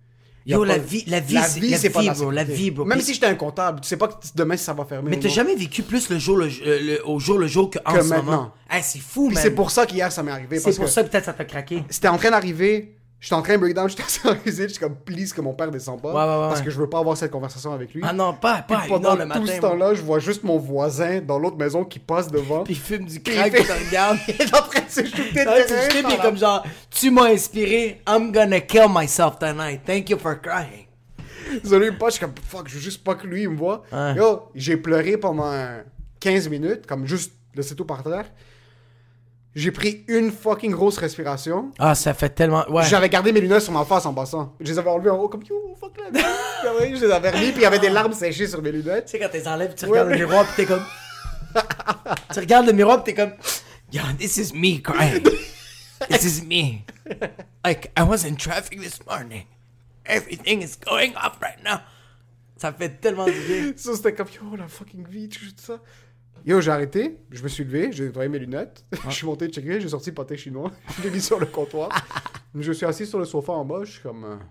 Y a Yo, pas- la vie, la vie, la c'est, vie, la c'est pas vie, la bro, la sécurité. vie, bro. Même Puis- si j'étais un comptable, tu sais pas que demain ça va fermer. Mais ou t'as non. jamais vécu plus le jour le, euh, le- au jour le jour qu'en Que ce maintenant. moment. Hey, c'est fou, Puis man. c'est pour ça qu'hier ça m'est arrivé. C'est parce pour que ça peut-être ça t'a craqué. C'était en train d'arriver, j'étais en train de breakdown, j'étais assis dans la cuisine, j'étais comme please que mon père descende pas. Ouais, ouais, ouais, parce ouais. que je veux pas avoir cette conversation avec lui. Ah non, pas, Puis pas une pendant heure le tout matin. ce bro. temps-là, je vois juste mon voisin dans l'autre maison qui passe devant. Puis il fume du Puis crack, il puis fait- te regarde. Il est en train de se shooter de Ouais, tu terrain sais, par puis la- comme genre, tu m'as inspiré, I'm gonna kill myself tonight. Thank you for crying. Désolé, pas, je suis comme fuck, je veux juste pas que lui il me voit. Ouais. Yo, j'ai pleuré pendant quinze minutes, comme juste laisser tout par terre. J'ai pris une fucking grosse respiration. Ah, ça fait tellement. Ouais. J'avais gardé mes lunettes sur ma face en passant. Je les avais enlevées en haut comme yo, fuck la vie. Puis après, je les avais remis, puis il y avait des larmes séchées sur mes lunettes. Tu sais, quand t'es enlèves, tu Ouais, regardes mais- le miroir, pis t'es comme. tu regardes le miroir, pis t'es comme. Yo, this is me crying. This is me. Like, I was in traffic this morning. Everything is going up right now. Ça fait tellement du bien. Ça, c'était comme yo, la fucking vie, tout ça. Yo, j'ai arrêté, je me suis levé, j'ai nettoyé mes lunettes, je suis monté checker, j'ai sorti le pâté chinois, je l'ai mis sur le comptoir. Je suis assis sur le sofa en bas, je suis comme. euh,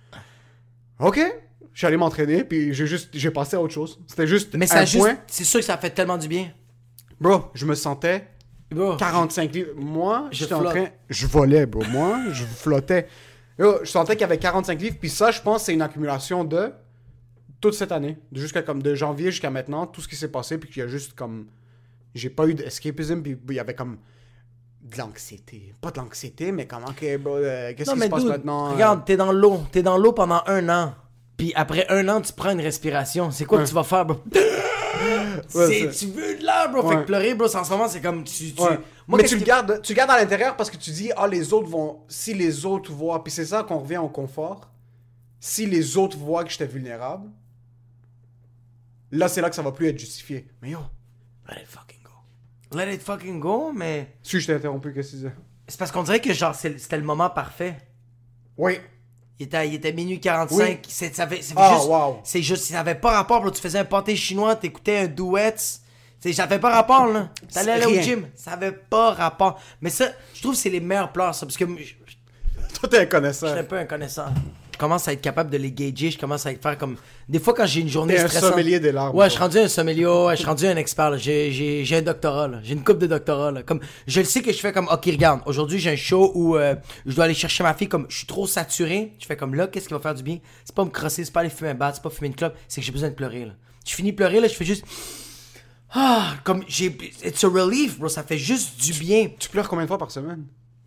Ok, je suis allé m'entraîner, puis j'ai juste. J'ai passé à autre chose. C'était juste. Mais un ça a juste. point. C'est sûr que ça fait tellement du bien. Bro, je me sentais Bro. quarante-cinq livres. Moi, Je j'étais en flotte. train. Je volais, bro. Moi, je flottais. Yo, je sentais qu'il y avait quarante-cinq livres, puis ça, je pense, c'est une accumulation de. Toute cette année. De jusqu'à comme de janvier jusqu'à maintenant, tout ce qui s'est passé, puis qu'il y a juste comme. J'ai pas eu d'escapism, puis il y avait comme. De l'anxiété. Pas de l'anxiété, mais comme, ok, bro, euh, qu'est-ce Non, qui mais se passe dude, maintenant? euh? regarde, t'es dans l'eau. T'es dans l'eau pendant un an. Puis après un an, tu prends une respiration. C'est quoi Ouais. que tu vas faire, bro? c'est- C'est- tu veux de l'air, bro. Fait Ouais. que pleurer, bro, en ce moment, c'est comme. Tu, tu... Ouais. Moi, mais qu'est-ce tu le qui- gardes, tu le gardes à l'intérieur parce que tu dis, ah, les autres vont. Si les autres voient. Puis c'est ça qu'on revient au confort. Si les autres voient que j'étais vulnérable, là, c'est là que ça va plus être justifié. Mais yo, Let it fucking go. Let it fucking go, mais. si je t'ai interrompu, qu'est-ce que tu disais? C'est parce qu'on dirait que, genre, c'est- c'était le moment parfait. Oui. Il était, il était minuit quarante-cinq. Oui. C'est, ça fait, c'est Ah, juste, wow. c'est juste, ça avait pas rapport, bro. Tu faisais un pâté chinois, t'écoutais un duet. C'est, ça avait pas rapport, là. T'allais aller rien. au gym. Ça avait pas rapport. Mais ça, je trouve que c'est les meilleurs pleurs, ça. Parce que je, je Toi, t'es un suis connaisseur. un peu un connaisseur. Je commence à être capable de les gager. Je commence à être faire comme. Des fois, quand j'ai une journée T'es un stressante. sommelier des larmes, Ouais, toi. je suis rendu un sommelier. Ouais, je suis rendu un expert, là. J'ai, j'ai, j'ai un doctorat, là. J'ai une coupe de doctorat, là. Comme, je le sais que je fais comme, ok, regarde, aujourd'hui, j'ai un show où euh, je dois aller chercher ma fille, comme, je suis trop saturé. Je fais comme, là, qu'est-ce qui va faire du bien? C'est pas me crosser, c'est pas aller fumer un bat, c'est pas fumer une clope, c'est que j'ai besoin de pleurer, là. Je finis de pleurer, là, je fais juste. Ah, comme, j'ai. It's a relief, bro. Ça fait juste du bien. Tu pleures combien de fois par semaine?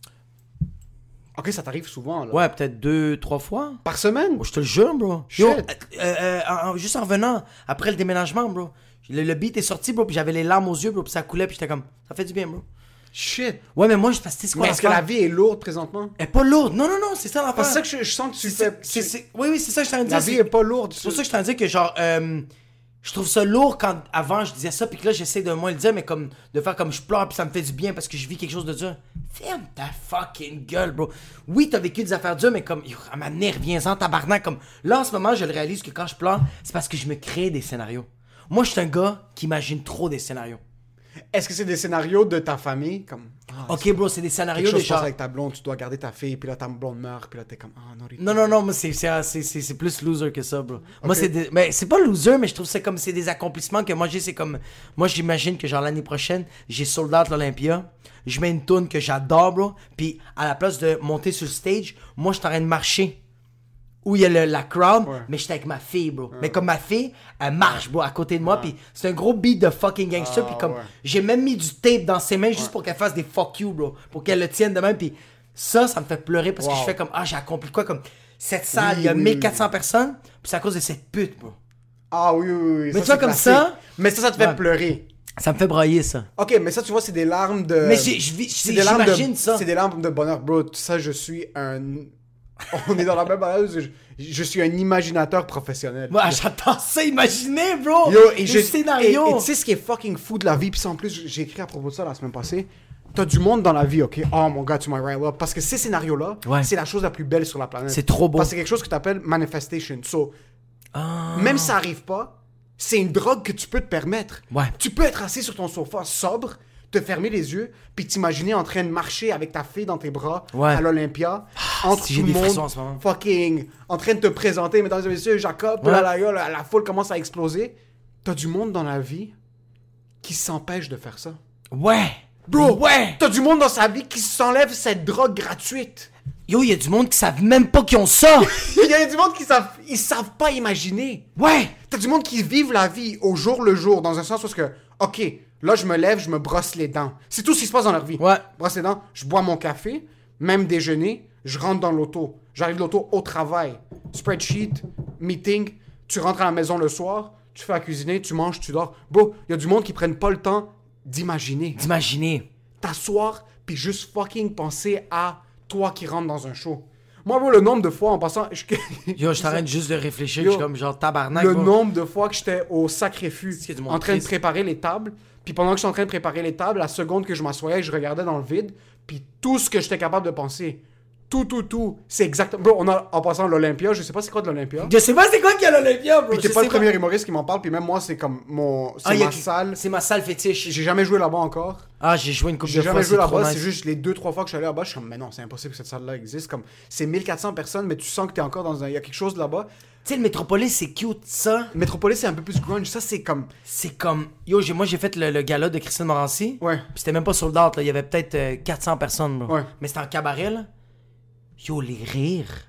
Ok, ça t'arrive souvent, là. Ouais, peut-être deux, trois fois. Par semaine? Oh, je te le jure, bro. Shit. Yo, euh, euh, en- en- juste en revenant, après le déménagement, bro. Le, le beat est sorti, bro, puis j'avais les larmes aux yeux, bro, puis ça coulait, puis j'étais comme, ça fait du bien, bro. Shit. Ouais, mais moi, je parce que c'est quoi Mais est-ce que la l'affaire? vie est lourde présentement? Elle est pas lourde. Non, non, non, c'est ça l'affaire. C'est ça que je, je sens que tu C'est- fais. c'est- tu- c'est- Oui, oui, c'est ça que je t'en dis. La vie est pas lourde. C'est pour ça que je t'en dis que, genre, euh, je trouve ça lourd quand avant je disais ça, puis que là, j'essaie de moins le dire, mais comme, de faire comme je pleure, puis ça me fait du bien parce que je vis quelque chose de dur. Ferme ta fucking gueule, bro. Oui, t'as vécu des affaires dures, mais comme, yo, à ma mère, reviens-en, tabarnak. Comme, là, en ce moment, je le réalise que quand je pleure, c'est parce que je me crée des scénarios. Moi, je suis un gars qui imagine trop des scénarios. Est-ce que c'est des scénarios de ta famille? Comme. Ah, Ok, bro, c'est des quelque scénarios chose de se passe genre. avec ta blonde, tu dois garder ta fille, puis là ta blonde meurt, puis là t'es comme, ah non, Rita. Non, non, non, moi, c'est, c'est, c'est, c'est, c'est plus loser que ça, bro. Moi, Ok. c'est des... Mais c'est pas loser, mais je trouve ça comme c'est des accomplissements que moi j'ai. C'est comme. Moi, j'imagine que, genre, l'année prochaine, j'ai sold out l'Olympia. Je mets une tune que j'adore, bro. Puis, à la place de monter sur le stage, moi, je suis en train de marcher. Où il y a le- la crowd, Ouais. mais j'étais avec ma fille, bro. Mais comme ma fille, elle marche, bro, à côté de moi. Puis, c'est un gros beat de fucking gangster. Ah, Puis, comme. ouais. J'ai même mis du tape dans ses mains juste pour qu'elle fasse des fuck you, bro. Pour qu'elle le tienne de même. Puis, ça, ça me fait pleurer parce que Wow. je fais comme, ah, j'ai accompli quoi? Comme, cette salle, Oui, il y a oui, mille quatre cents oui. personnes, puis c'est à cause de cette pute, bro. Ah oui, oui, oui. Mais ça, tu vois, c'est comme classique. ça- Mais ça, ça te fait Ouais. pleurer. Ça me fait brailler, ça. Ok, mais ça, tu vois, c'est des larmes de. Mais j'ai- je vis- c'est c'est- des larmes j'imagine de. ça. C'est des larmes de bonheur, bro. Ça, je suis un. On est dans la même base. Je, je suis un imaginateur professionnel. Moi, j'attends ça, imaginez, bro! Yo, et Le je- scénario! Et et tu sais ce qui est fucking fou de la vie, puis ça, en plus, j'ai écrit à propos de ça la semaine passée. T'as du monde dans la vie, ok? Oh mon gars, tu m'as right up. Parce que ces scénarios-là, Ouais. c'est la chose la plus belle sur la planète. C'est trop beau. Parce que c'est quelque chose que t'appelles manifestation. So, Ah. même si ça arrive pas, c'est une drogue que tu peux te permettre. Ouais. Tu peux être assis sur ton sofa sobre, te fermer les yeux, puis t'imaginer en train de marcher avec ta fille dans tes bras Ouais. à l'Olympia, entre si tout j'ai le des frissons en monde, ce moment. fucking, en train de te présenter, mesdames et messieurs, Jacob, puis Ouais. là, la, la, la foule commence à exploser. T'as du monde dans la vie qui s'empêche de faire ça. Ouais. Bro, Ouais. t'as du monde dans sa vie qui s'enlève cette drogue gratuite. Yo, il y a du monde qui savent même pas qu'ils ont ça. Il y a du monde qui savent, ils savent pas imaginer. Ouais. T'as du monde qui vivent la vie au jour le jour, dans un sens où c'est que, ok, là je me lève, je me brosse les dents. C'est tout ce qui se passe dans leur vie. Ouais. Brosse les dents, je bois mon café, même déjeuner, je rentre dans l'auto. J'arrive de l'auto au travail. Spreadsheet, meeting, tu rentres à la maison le soir, tu fais à cuisiner, tu manges, tu dors. Bro, il y a du monde qui prennent pas le temps d'imaginer. D'imaginer. T'asseoir, puis juste fucking penser à toi qui rentres dans un show. Moi, bro, le nombre de fois en passant... Je... Yo, je t'arrête juste de réfléchir. Yo, Je suis comme genre tabarnak. Le bro. nombre de fois que j'étais au Sacré-Fût, qu'il y a du monde en train de triste. préparer les tables, puis pendant que j'étais en train de préparer les tables, la seconde que je m'assoyais, je regardais dans le vide, puis tout ce que j'étais capable de penser, tout, tout, tout, c'est exactement... Bro, on a, en passant l'Olympia, je sais pas c'est quoi de l'Olympia. Je sais pas c'est quoi qu'il y a à l'Olympia, bro. Puis t'es Je pas sais le premier humoriste qui m'en parle, puis même moi, c'est comme mon... C'est Ah, y a ma qui- salle. C'est ma salle fétiche. J'ai jamais joué là-bas encore. Ah, j'ai joué une couple de J'ai fois. jamais joué c'est trop là-bas, nice. c'est juste les deux, trois fois que je suis allé là-bas, je suis comme, mais non, c'est impossible que cette salle-là existe. Comme, c'est mille quatre cents personnes, mais tu sens que t'es encore dans un... Il y a quelque chose là-bas. Tu sais, le Métropolis, c'est cute, ça. Métropolis, c'est un peu plus grunge. Ça, c'est comme... C'est comme... Yo, j'ai, moi, j'ai fait le, le gala de Christine Morancy. Ouais. Puis c'était même pas sold out, là. Il y avait peut-être euh, quatre cents personnes, bro. Ouais. Mais c'était en cabaret, là. Yo, les rires.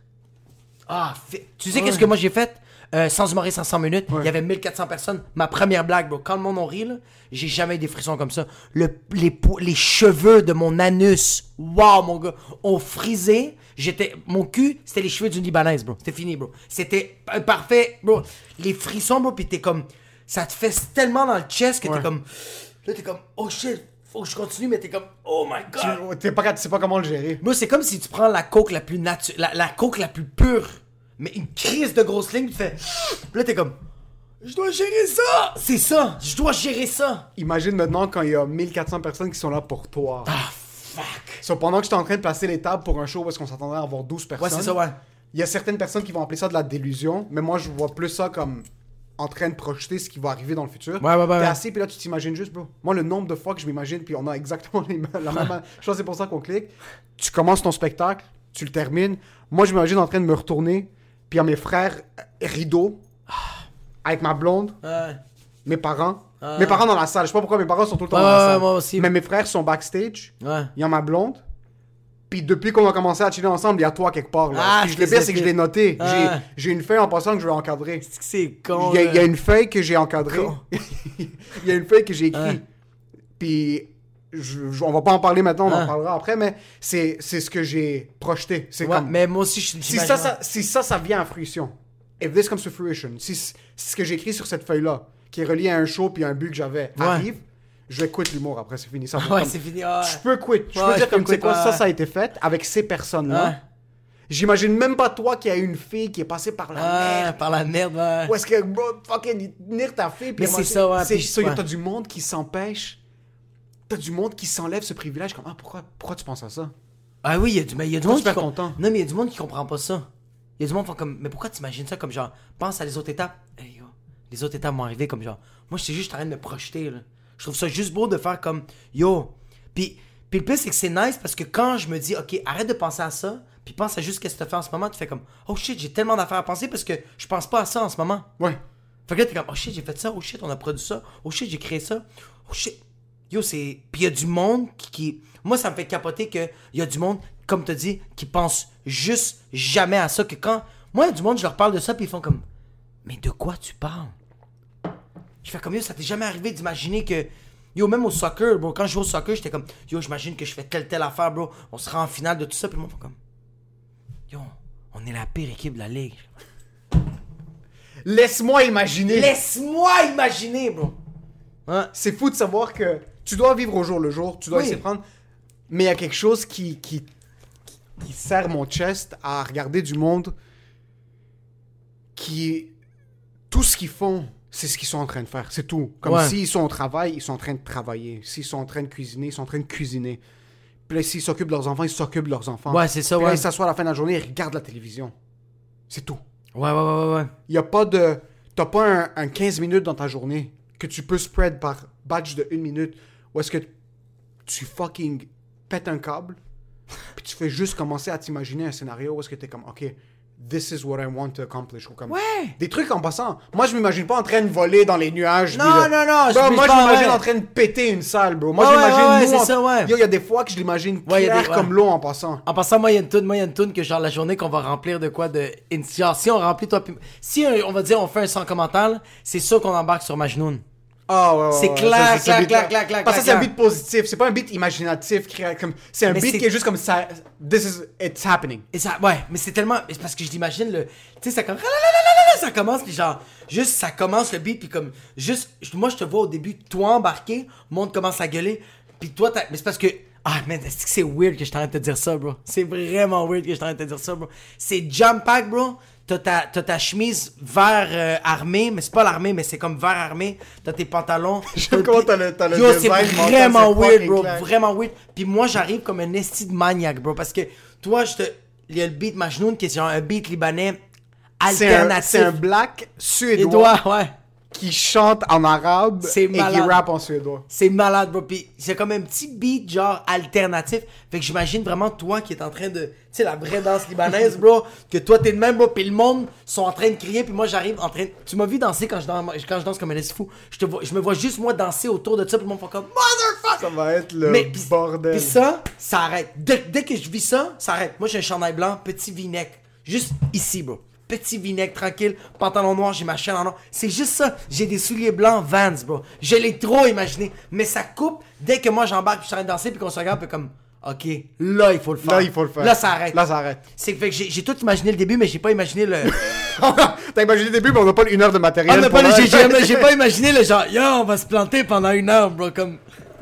Ah, fi- tu sais Ouais. qu'est-ce que moi j'ai fait? Euh, sans humoriste en cent minutes, il Ouais. y avait mille quatre cents personnes. Ma première blague, bro. Quand le monde en rit, là, j'ai jamais eu des frissons comme ça. Le, les, po- les cheveux de mon anus, wow, mon gars, ont frisé. J'étais, mon cul, c'était les cheveux d'une Libanaise, bro. C'était fini, bro. C'était pa- parfait, bro. Les frissons, bro, pis t'es comme, ça te fesse tellement dans le chest que Ouais. t'es comme, là t'es comme, oh shit, faut que je continue, mais t'es comme, oh my god. Tu t'es pas, tu sais pas comment le gérer. Moi, c'est comme si tu prends la coke la plus naturelle, la, la coke la plus pure, mais une crise de grosse ligne, tu fais. Puis là, t'es comme. Je dois gérer ça! C'est ça! Je dois gérer ça! Imagine maintenant quand il y a mille quatre cents personnes qui sont là pour toi. Ah, fuck! So, pendant que j'étais en train de placer les tables pour un show parce qu'on s'attendait à avoir douze personnes. Ouais, c'est ça, ouais. Il y a certaines personnes qui vont appeler ça de la délusion, mais moi, je vois plus ça comme en train de projeter ce qui va arriver dans le futur. Ouais, ouais, ouais, T'es ouais. assis, puis là, tu t'imagines juste, bro. Moi, le nombre de fois que je m'imagine, puis on a exactement les, la même... Je pense que c'est pour ça qu'on clique. Tu commences ton spectacle, tu le termines. Moi, je m'imagine en train de me retourner, puis il y a mes frères euh, rideaux, avec ma blonde, Ouais. mes parents. Mes parents dans la salle. Je sais pas pourquoi mes parents sont tout le temps Ouais, dans la ouais, salle. moi aussi. Mais mes frères sont backstage. Ouais. Il y a ma blonde. Puis depuis qu'on a commencé à chiller ensemble, il y a toi quelque part. Là. Ah, Puis je le te pire, sais c'est que je plus. l'ai noté. Ah. J'ai, j'ai une feuille en passant que je vais encadrer. C'est con. Il y, a, là. il y a une feuille que j'ai encadrée. Con. Il y a une feuille que j'ai écrite. Ouais. Puis je, je- on va pas en parler maintenant, on en Ah. parlera après, mais c'est, c'est ce que j'ai projeté. C'est Ouais, comme... mais moi aussi, je suis. Si ça, ça, si ça, ça vient à fruition, if this comes to fruition, si c- ce que j'ai écrit sur cette feuille-là, qui est relié à un show puis à un but que j'avais, Ouais. arrive, je vais quitter l'humour après, c'est fini. Ça va Ouais, comme- c'est fini. Ouais. Je peux quitter. Je Ouais, peux je dire peux comme, tu sais quitter, quoi, ouais. ça, ça a été fait avec ces personnes-là. Ouais. J'imagine même pas toi qui a une fille qui est passée par la Ouais, merde. par la merde, ouais. Ou est-ce que, bro, fucking, tenir ta fille, puis Mais c'est moi, ça, ouais, c'est- puis- so, ouais. T'as du monde qui s'empêche. T'as du monde qui s'enlève ce privilège. Comme, ah, pourquoi, pourquoi tu penses à ça? Ah oui, il y a du, mais il y a du Moi, monde qui super com- content. Non, mais il y a du monde qui comprend pas ça. Il y a du monde qui font comme, mais pourquoi t'imagines ça comme genre, pense à les autres étapes. Hey, yo, les autres étapes m'ont arrivé comme genre, moi j'étais juste en train de me projeter là. Je trouve ça juste beau de faire comme, yo. Puis, puis le plus c'est que c'est nice parce que quand je me dis, ok, arrête de penser à ça, puis pense à juste ce que tu fais en ce moment, tu fais comme, oh shit, j'ai tellement d'affaires à penser parce que je pense pas à ça en ce moment. Ouais. Fait que là, t'es comme, oh shit, j'ai fait ça, oh shit, on a produit ça, oh shit, j'ai créé ça, oh shit. Yo, c'est. Puis il y a du monde qui, qui. Moi, ça me fait capoter qu'il y a du monde, comme t'as dit, qui pense juste jamais à ça. Que quand. Moi, il y a du monde, je leur parle de ça, puis ils font comme. Mais de quoi tu parles? Je fais comme, yo, ça t'est jamais arrivé d'imaginer que. Yo, même au soccer, bro, quand je joue au soccer, j'étais comme, yo, j'imagine que je fais telle, telle affaire, bro, on sera en finale de tout ça, puis le monde fait comme. Yo, on est la pire équipe de la ligue. Laisse-moi imaginer. Laisse-moi imaginer, bro. Hein? C'est fou de savoir que tu dois vivre au jour le jour, tu dois Oui. essayer de prendre. Mais il y a quelque chose qui, qui, qui serre mon chest à regarder du monde qui. Tout ce qu'ils font, c'est ce qu'ils sont en train de faire. C'est tout. Comme Ouais. s'ils sont au travail, ils sont en train de travailler. S'ils sont en train de cuisiner, ils sont en train de cuisiner. Puis là, s'ils s'occupent de leurs enfants, ils s'occupent de leurs enfants. Ouais, c'est ça, Puis là, ouais. ils s'assoient à la fin de la journée, ils regardent la télévision. C'est tout. Ouais, ouais, ouais, ouais, ouais. Il n'y a pas de... T'as pas un, un quinze minutes dans ta journée que tu peux spread par batch de une minute. Ou est-ce que tu fucking pètes un câble, puis tu fais juste commencer à t'imaginer un scénario où est-ce que t'es comme, OK, this is what I want to accomplish. Ou comme, Ouais. Des trucs en passant. Moi, je m'imagine pas en train de voler dans les nuages. Non, puis de- non, non, Bro, je moi, je pas, m'imagine ouais. en train de péter une salle, bro. Moi, Ouais, je l'imagine, ouais, ouais, nous, c'est en- ça, ouais. Yo, il y a des fois que je l'imagine Ouais, y a clair des- ouais. comme l'eau en passant. En passant, moi, il y a une toune, moi, il y a une toune que genre la journée qu'on va remplir de quoi de. Genre, si on remplit toi, puis- si euh, on va dire on fait un sans commentaire, là, c'est sûr qu'on embarque sur Majnoun. Ah ouais, ouais, C'est ouais, clair, ça, c'est ce clair, beat-là. clair, clair, clair, Parce que clair, c'est un clair. beat positif, c'est pas un beat imaginatif. Qui, comme, c'est un Mais beat c'est- qui est juste comme ça. This is, it's happening. Et ça, ouais, mais c'est tellement. C'est parce que je l'imagine, le. Tu sais, ça comme. Lalalala, ça commence, puis genre. Juste, ça commence le beat, puis comme. Juste. je- Moi, je te vois au début, toi embarqué, le monde commence à gueuler, puis toi, t'as. Mais c'est parce que. Ah, man, est-ce que c'est weird que je t'arrête de te dire ça, bro? C'est vraiment weird que je t'arrête de te dire ça, bro. C'est jam pack, bro. T'as ta, t'as ta chemise vert euh, armé, mais c'est pas l'armée, mais c'est comme vert armé. T'as tes pantalons. J'aime comment t'as le- t'as le Yo, c'est design mental, vraiment c'est weird, fucking bro. clair. Vraiment weird. Puis moi, j'arrive comme un esti de maniaque, bro. Parce que toi, je te. Il y a le beat Majnoun qui est genre un beat libanais C'est un, alternatif. c'est un black Les suédois doigts, ouais. qui chante en arabe C'est et qui malade. rappe en suédois. C'est malade, bro. Puis c'est comme un petit beat, genre, alternatif. Fait que j'imagine vraiment toi qui est en train de... Tu sais, la vraie danse libanaise, bro. Que toi, t'es de même, bro. Puis le monde sont en train de crier. Puis moi, j'arrive en train... Tu m'as vu danser quand je danse, quand je danse comme un esti fou. Je, te vois, je me vois juste, moi, danser autour de ça. Puis le monde fait comme... Motherfucker! Ça va être le Mais, pis- bordel. Puis ça, ça arrête. Dès, dès que je vis ça, ça arrête. Moi, j'ai un chandail blanc, petit vinaigre. Juste ici, bro. Petit vinaigre, tranquille. Pantalon noir, j'ai ma chaîne en or. C'est juste ça. J'ai des souliers blancs Vans, bro. Je l'ai trop imaginé. Mais ça coupe dès que moi, j'embarque, puis je suis en train de danser, puis qu'on se regarde, puis comme... OK, là, il faut le faire. Là, il faut le faire. Là, ça arrête. Là, ça arrête. C'est fait que j'ai, j'ai tout imaginé le début, mais j'ai pas imaginé le... T'as imaginé le début, mais on n'a pas une heure de matériel. Ah, mais pour pas le- le- j'ai, j'ai, j'ai pas imaginé le genre... Yo, on va se planter pendant une heure, bro, comme...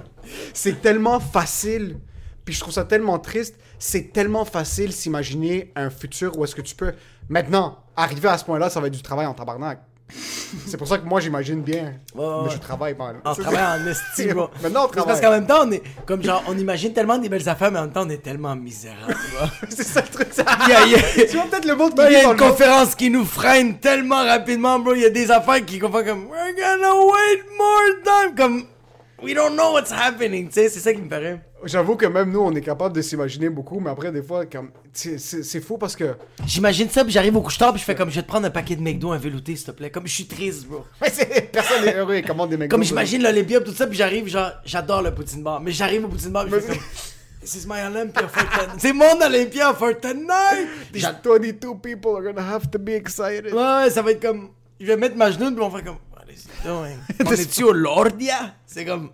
C'est tellement facile, puis je trouve ça tellement triste, c'est tellement facile s'imaginer un futur où est-ce que tu peux... Maintenant, arriver à ce point-là, ça va être du travail en tabarnak. C'est pour ça que moi, j'imagine bien. Ouais, ouais, mais ouais. je travaille pas. On travaille en esti, bro. Maintenant, on C'est parce travaille. qu'en même temps, on est comme genre, on imagine tellement des belles affaires, mais en même temps, on est tellement misérable, bro. C'est ça le truc. Ça... Il y a, il y a- Tu vois peut-être le monde qui Ben, il y vit a dans une le monde. conférence qui nous freine tellement rapidement, bro. Il y a des affaires qui font comme we're gonna wait more time, comme we don't know what's happening, tu sais, c'est ça qui me fait rire. J'avoue que même nous, on est capable de s'imaginer beaucoup, mais après, des fois, comme... c'est, c'est, c'est fou parce que... J'imagine ça, puis j'arrive au couche-tard, puis je fais comme je vais te prendre un paquet de McDo, un velouté, s'il te plaît. Comme je suis triste, bro. Mais c'est... Personne n'est heureux et commande des mecs. Comme j'imagine l'Olympia, tout ça, puis j'arrive, genre, j'adore le poutine bar. Mais j'arrive au poutine bar, puis je fais comme this is my Olympia for tonight. C'est mon Olympia for tonight. These J'a- twenty-two people are gonna have to be excited. Ouais, ouais, ça va être comme. Je vais mettre ma genou, puis on fait comme. What is he doing? On est-tu au Lordia? C'est comme.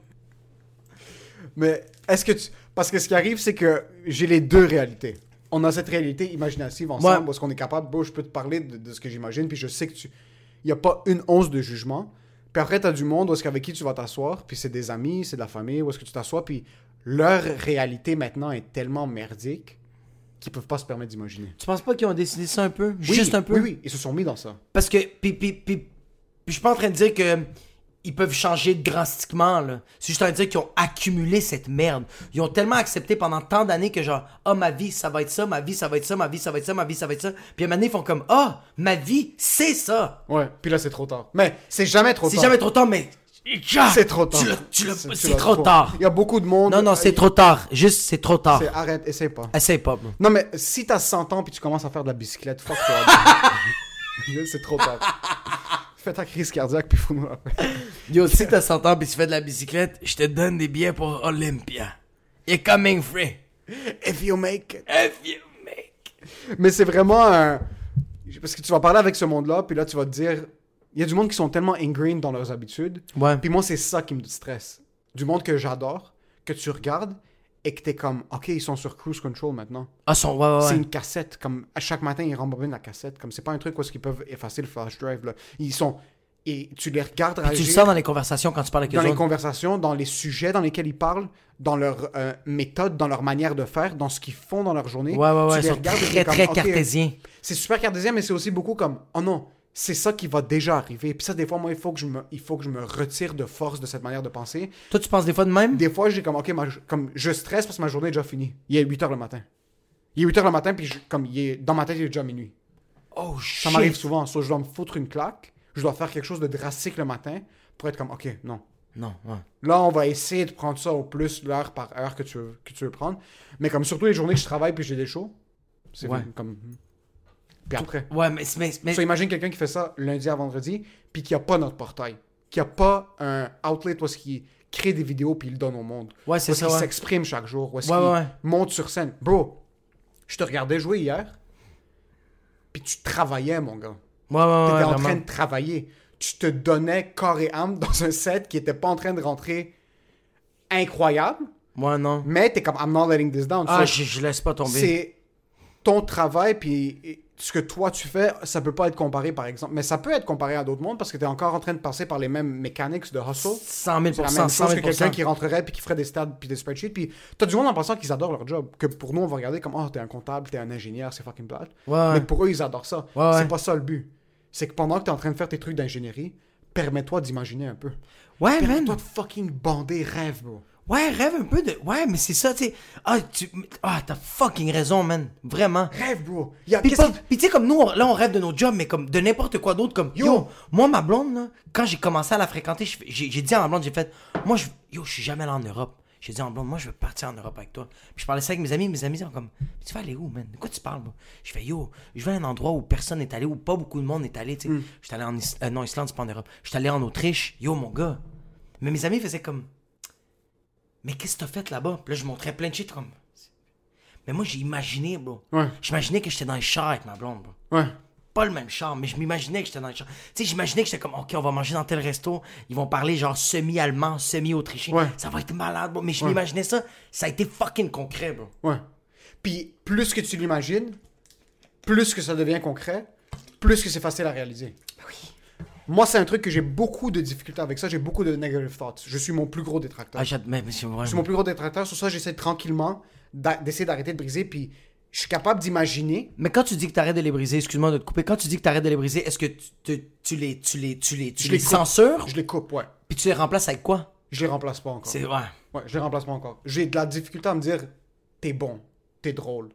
Mais est-ce que tu... Parce que ce qui arrive, c'est que j'ai les deux réalités. On a cette réalité imaginative ensemble, Ouais. parce qu'on est capable... Bon, je peux te parler de, de ce que j'imagine, puis je sais que tu... Il n'y a pas une once de jugement. Puis après, tu as du monde où est-ce qu'avec qui tu vas t'asseoir, puis c'est des amis, c'est de la famille, où est-ce que tu t'assois, puis leur réalité maintenant est tellement merdique qu'ils peuvent pas se permettre d'imaginer. Tu penses pas qu'ils ont décidé ça un peu? Oui, Juste un peu? Oui, oui, ils se sont mis dans ça. Parce que. Puis, puis, puis, puis je suis pas en train de dire que. Ils peuvent changer drastiquement, là. C'est juste en train de dire qu'ils ont accumulé cette merde. Ils ont tellement accepté pendant tant d'années que genre, ah, ma vie, ça va être ça, ma vie, ça va être ça, ma vie, ça va être ça, ma vie, ça va être ça. Puis à un moment donné, ils font comme, ah, ma vie, c'est ça. Ouais, puis là, c'est trop tard. Mais c'est jamais trop C'est tard. jamais trop tard, mais. C'est trop tard. Tu l'as- tu l'as- tu C'est l'as trop tard. Il y a beaucoup de monde... Non, non, c'est trop tard. Juste, c'est trop tard. C'est- Arrête, essaye pas. Essaye pas, bro. Non, mais si t'as cent ans puis tu commences à faire de la bicyclette, fuck toi. C'est trop tard. Fais ta crise cardiaque puis fous-nous la paix. Yo, si t'as cent ans pis tu fais de la bicyclette, je te donne des billets pour Olympia. You're coming free. If you make it. If you make. Mais c'est vraiment un... Parce que tu vas parler avec ce monde-là, puis là, tu vas te dire... Il y a du monde qui sont tellement ingrained dans leurs habitudes. Ouais. Puis moi, c'est ça qui me stresse. Du monde que j'adore, que tu regardes, et que t'es comme... OK, ils sont sur cruise control maintenant. Ah, son, ouais, ouais, C'est ouais. une cassette. Comme à chaque matin, ils rembobinent la cassette. Comme c'est pas un truc où est-ce qu'ils peuvent effacer le flash drive. Là. Ils sont... Et tu les regardes Tu réagir... le sens dans les conversations quand tu parles avec dans eux les autres. conversations, dans les sujets dans lesquels ils parlent, dans leur euh, méthode, dans leur manière de faire, dans ce qu'ils font dans leur journée. Ouais, ouais, ouais. Tu Ils les sont regardes et très, t'es comme, très OK, cartésiens. c'est super cartésien, mais c'est aussi beaucoup comme, oh non, c'est ça qui va déjà arriver. Puis ça, des fois, moi, il faut que je me, il faut que je me retire de force de cette manière de penser. Toi, tu penses des fois de même? Des fois, j'ai comme, OK, ma- comme, je stresse parce que ma journée est déjà finie. Il est huit heures le matin. Il est huit heures le matin, puis je- comme, il est, dans ma tête, il est déjà minuit. Oh, shit. Ça m'arrive souvent. Soit je dois me foutre une claque, je dois faire quelque chose de drastique le matin pour être comme, OK, non. Non, ouais. Là, on va essayer de prendre ça au plus l'heure par heure que tu veux, que tu veux prendre. Mais comme surtout les journées que je travaille puis j'ai des shows, c'est Ouais. comme... Puis après. Ouais, mais... mais, mais... So, imagine quelqu'un qui fait ça lundi à vendredi puis qui a pas notre portail. Qui a pas un outlet où est-ce qu'il crée des vidéos puis il le donne au monde. Ouais, c'est où est-ce ça, qu'il ouais. s'exprime chaque jour. Où est-ce Ouais, qu'il ouais. monte sur scène. Bro, je te regardais jouer hier puis tu travaillais, mon gars. Ouais, ouais, ouais, T'étais en vraiment. train de travailler. Tu te donnais corps et âme dans un set qui était pas en train de rentrer incroyable, Ouais, non. mais t'es comme I'm not letting this down. Ah, So, je, je laisse pas tomber. c'est ton travail puis ce que toi tu fais, ça peut pas être comparé par exemple, mais ça peut être comparé à d'autres mondes parce que t'es encore en train de passer par les mêmes mechanics de hustle. cent mille C'est pour la cent, même cent chose que mille pour quelqu'un cent. qui rentrerait puis qui ferait des stats puis des spreadsheets puis t'as du monde en pensant qu'ils adorent leur job, que pour nous on va regarder comme oh t'es un comptable, t'es un ingénieur, c'est fucking plate. Ouais, ouais. Mais pour eux ils adorent ça. Ouais, ouais. C'est pas ça le but. C'est que pendant que t'es en train de faire tes trucs d'ingénierie, permets-toi d'imaginer un peu. Ouais, man. Permets-toi de fucking bander, rêve, bro. Ouais, rêve un peu de... Ouais, mais c'est ça, tu sais. Ah, tu... ah, t'as fucking raison, man. Vraiment. Rêve, bro. Y a... Puis, qu'est-ce pas- qui- puis tu sais, comme nous, on- là, on rêve de nos jobs, mais comme de n'importe quoi d'autre. Comme, yo. Yo. moi, ma blonde, là, quand j'ai commencé à la fréquenter, je fais- j'ai j'ai dit à ma blonde, j'ai fait, moi, je, yo, je suis jamais allé en Europe. J'ai dit à ma blonde, moi, je veux partir en Europe avec toi. Puis je parlais ça avec mes amis, mes amis sont comme, tu vas aller où, man? De quoi tu parles, bro? Je fais, yo, je vais à un endroit où personne n'est allé, où pas beaucoup de monde est allé, tu sais. Je suis allé en Is- euh, non, Islande, c'est pas en Europe. Je suis allé en Autriche, yo, mon gars. Mais mes amis faisaient comme, mais qu'est-ce que t'as fait là-bas? Puis là, je montrais plein de shit comme. Mais moi, j'ai imaginé, bro. Ouais. J'imaginais que j'étais dans le char avec ma blonde, bro. Ouais. Pas le même char, mais je m'imaginais que j'étais dans le char. Tu sais, j'imaginais que j'étais comme, OK, on va manger dans tel resto. Ils vont parler genre semi-allemand, semi-autrichien. Ouais. Ça va être malade, bro. Mais je Ouais. m'imaginais ça. Ça a été fucking concret, bro. Ouais. Puis plus que tu l'imagines, plus que ça devient concret, plus que c'est facile à réaliser. Oui. Moi, c'est un truc que j'ai beaucoup de difficultés avec ça. J'ai beaucoup de negative thoughts. Je suis mon plus gros détracteur. Ah, j'admets, mais c'est vrai. Je suis mon plus gros détracteur. Sur ça, j'essaie tranquillement d'a- d'essayer d'arrêter de briser. Puis je suis capable d'imaginer. Mais quand tu dis que t'arrêtes de les briser, excuse-moi de te couper, quand tu dis que t'arrêtes de les briser, est-ce que tu, tu, tu les, tu les, tu les, tu Je les les coupe. censures? Je les coupe, ouais. Puis tu les remplaces avec quoi? Je les remplace pas encore. C'est, ouais. Ouais, je les remplace pas encore. J'ai de la difficulté à me dire t'es bon, t'es drôle,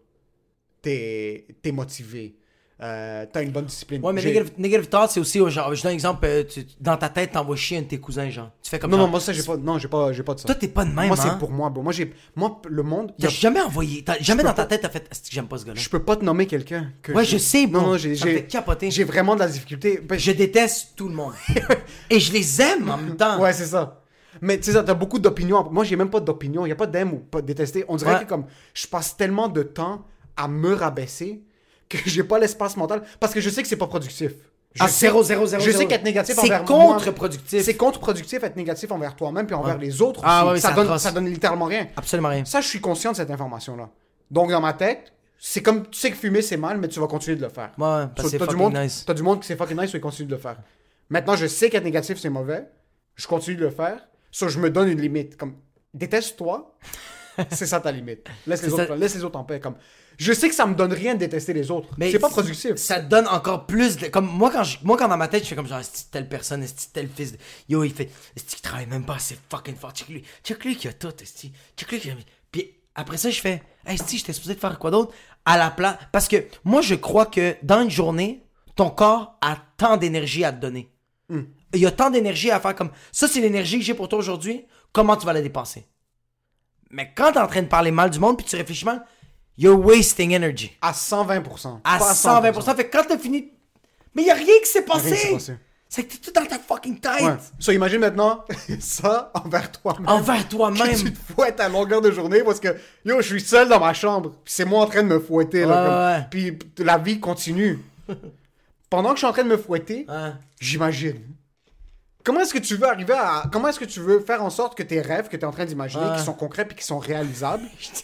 t'es t'es motivé, euh, t'as une bonne discipline. Ouais, mais J'ai- negative, negative thought, c'est aussi, euh, genre, je donne un exemple, euh, tu- dans ta tête, t'envoies chier un de tes cousins, genre. Tu fais comme Non, genre, non, moi ça j'ai pas, non, j'ai pas, j'ai pas de ça. Toi, t'es pas de même, moi hein? c'est pour moi, bro. Moi j'ai, moi le monde, y T'as a- jamais envoyé, t'as jamais peux dans ta pas- tête, t'as fait, est-ce que j'aime pas ce gars-là? je peux pas te nommer quelqu'un que. Ouais, j'ai- je sais, bro. Non, non, j'ai, Ça me j'ai, fait capoter. j'ai vraiment de la difficulté. Ben, Je déteste tout le monde. Et je les aime en même temps. Ouais, c'est ça. Mais tu sais, ça, t'as beaucoup d'opinions. Moi, j'ai même pas d'opinion. Il y a pas d'aime ou pas de détester. On dirait Ouais. que comme je passe tellement de temps à me rabaisser que j'ai pas l'espace mental parce que je sais que c'est pas productif. Je Ah, sais, zéro, zéro, zéro, je zéro. sais qu'être négatif C'est envers contre-productif. moi, c'est contre-productif être négatif envers toi-même puis envers Ouais. les autres Ah, aussi. ouais, ça, c'est donne, atroce. ça donne littéralement rien. Absolument rien. Ça, je suis conscient de cette information-là. Donc, dans ma tête, c'est comme tu sais que fumer c'est mal, mais tu vas continuer de le faire. Ouais, ouais, parce So, que c'est t'as du fucking monde, nice. T'as du monde qui c'est fucking nice, so ils continuent de le faire. Maintenant, je sais qu'être négatif c'est mauvais. Je continue de le faire. So, je me donne une limite. Comme, déteste-toi. C'est ça ta limite. Laisse les, C'est autres, ça. laisse les autres en paix. Comme, je sais que ça me donne rien de détester les autres. Mais C'est pas productif. Ça te donne encore plus de... Comme moi, quand je... moi, quand dans ma tête, je fais comme genre, est-ce telle personne, est-ce tel fils de... Yo, il fait, est-ce qu'il travaille même pas assez fucking fort? Check lui. Check lui qui a tout, est-ce Check lui qui a... Puis après ça, je fais, est-ce j'étais supposé de faire quoi d'autre? À la place... Parce que moi, je crois que dans une journée, ton corps a tant d'énergie à te donner. Hmm. Il y a tant d'énergie à faire comme... Ça, c'est l'énergie que j'ai pour toi aujourd'hui. Comment tu vas la dépenser? Mais quand t'es en train de parler mal du monde, puis tu réfléchis mal, you're wasting energy. À cent vingt pour cent. À Pas cent vingt pour cent. Fait que quand t'as fini... Mais y a rien qui s'est Rien qui s'est passé. passé. C'est que t'es tout dans ta fucking tête. Ouais. So, imagine maintenant ça envers toi-même. Envers Que toi-même. tu te fouettes à longueur de journée parce que yo, je suis seul dans ma chambre. Puis c'est moi en train de me fouetter. Là, Ouais, comme- ouais. Puis p- la vie continue. Pendant que je suis en train de me fouetter, Hein? j'imagine. Comment est-ce que tu veux arriver à. Comment est-ce que tu veux faire en sorte que tes rêves que tu es en train d'imaginer, Ouais. qui sont concrets puis qui sont réalisables,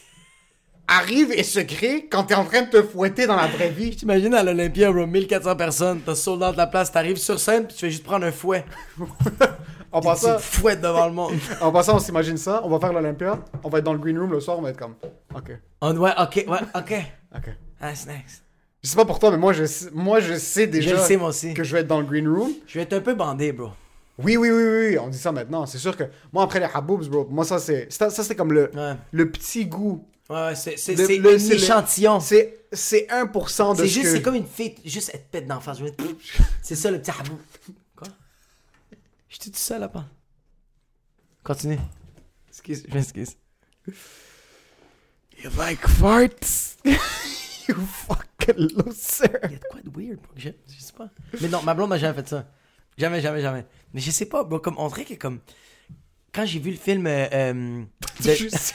arrivent et se créent quand tu es en train de te fouetter dans la vraie vie? T'imagines à l'Olympia, bro, mille quatre cents personnes, t'as sold out la place, t'arrives sur scène, puis tu fais juste prendre un fouet. En Tu passant, te fouettes devant le monde. en passant, on s'imagine ça, on va faire l'Olympia, on va être dans le green room le soir, on va être comme. Ok, On, ouais, ok, ouais, ok. ok. Ah, c'est next. Je sais pas pour toi, mais moi je sais, moi, je sais déjà Je le sais, moi aussi. que je vais être dans le green room. Je vais être un peu bandé, bro. Oui, oui, oui, oui, oui, on dit ça maintenant. C'est sûr que moi, après les haboubs, bro, moi, ça, c'est ça, ça, c'est comme le, Ouais. le petit goût. Ouais, c'est, c'est, Le- c'est le- un c'est le- échantillon. C'est, c'est un pour cent de C'est ce juste, que... c'est comme une fille, juste elle te pète d'en face. Je vais- C'est ça le petit habou. Quoi? J'étais tout seul là-bas. Continue. Excuse, je m'excuse. You like farts? You fucking loser. Il y a de quoi de weird, bro. Je, je sais pas. Mais non, ma blonde m'a jamais fait ça. Jamais, jamais, jamais. Mais je sais pas, bro. Comme, on dirait que comme... Quand j'ai vu le film... Euh, euh, de... Juste...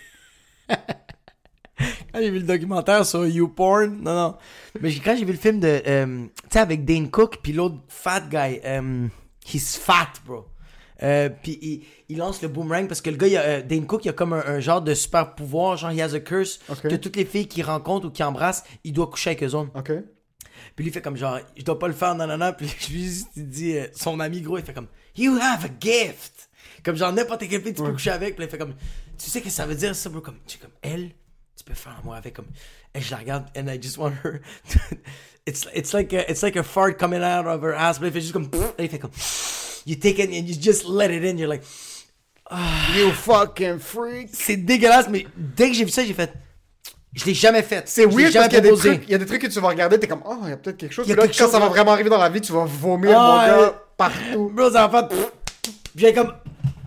Quand j'ai vu le documentaire sur YouPorn, non, non. Mais j'ai- quand j'ai vu le film de, euh, tu sais, avec Dane Cook, puis l'autre fat guy, euh, he's fat, bro. Euh, puis il, il lance le boomerang parce que le gars, il a, euh, Dane Cook, il a comme un, un genre de super pouvoir, genre, he has a curse, Ok. que toutes les filles qu'il rencontre ou qu'il embrasse, il doit coucher avec eux autres. OK. Puis lui, il fait comme genre, je dois pas le faire, nanana. Puis lui, il dit, euh, son ami gros, il fait comme, you have a gift. Comme genre, n'importe quelle fille, tu peux coucher avec. Puis là, il fait comme, tu sais ce que ça veut dire, ça, bro? Comme, tu sais, comme, elle, tu peux faire l'amour avec, comme, elle, je la regarde, and I just want her. to- it's, it's, like a, it's like a fart coming out of her ass. Puis là, il fait juste comme, pff, il fait comme, you take it and you just let it in. You're like, You fucking freak. c'est dégueulasse, mais dès que j'ai vu ça, j'ai fait, je l'ai jamais fait. C'est Je l'ai weird jamais parce qu'il y a des proposé. trucs, il y a des trucs que tu vas regarder, t'es comme, oh, il y a peut-être quelque chose. Il y a Puis là, quelque quand chose, ça va là. vraiment arriver dans la vie, tu vas vomir, Ah, mon ouais. gars, partout. Bro, ça va faire, j'ai comme,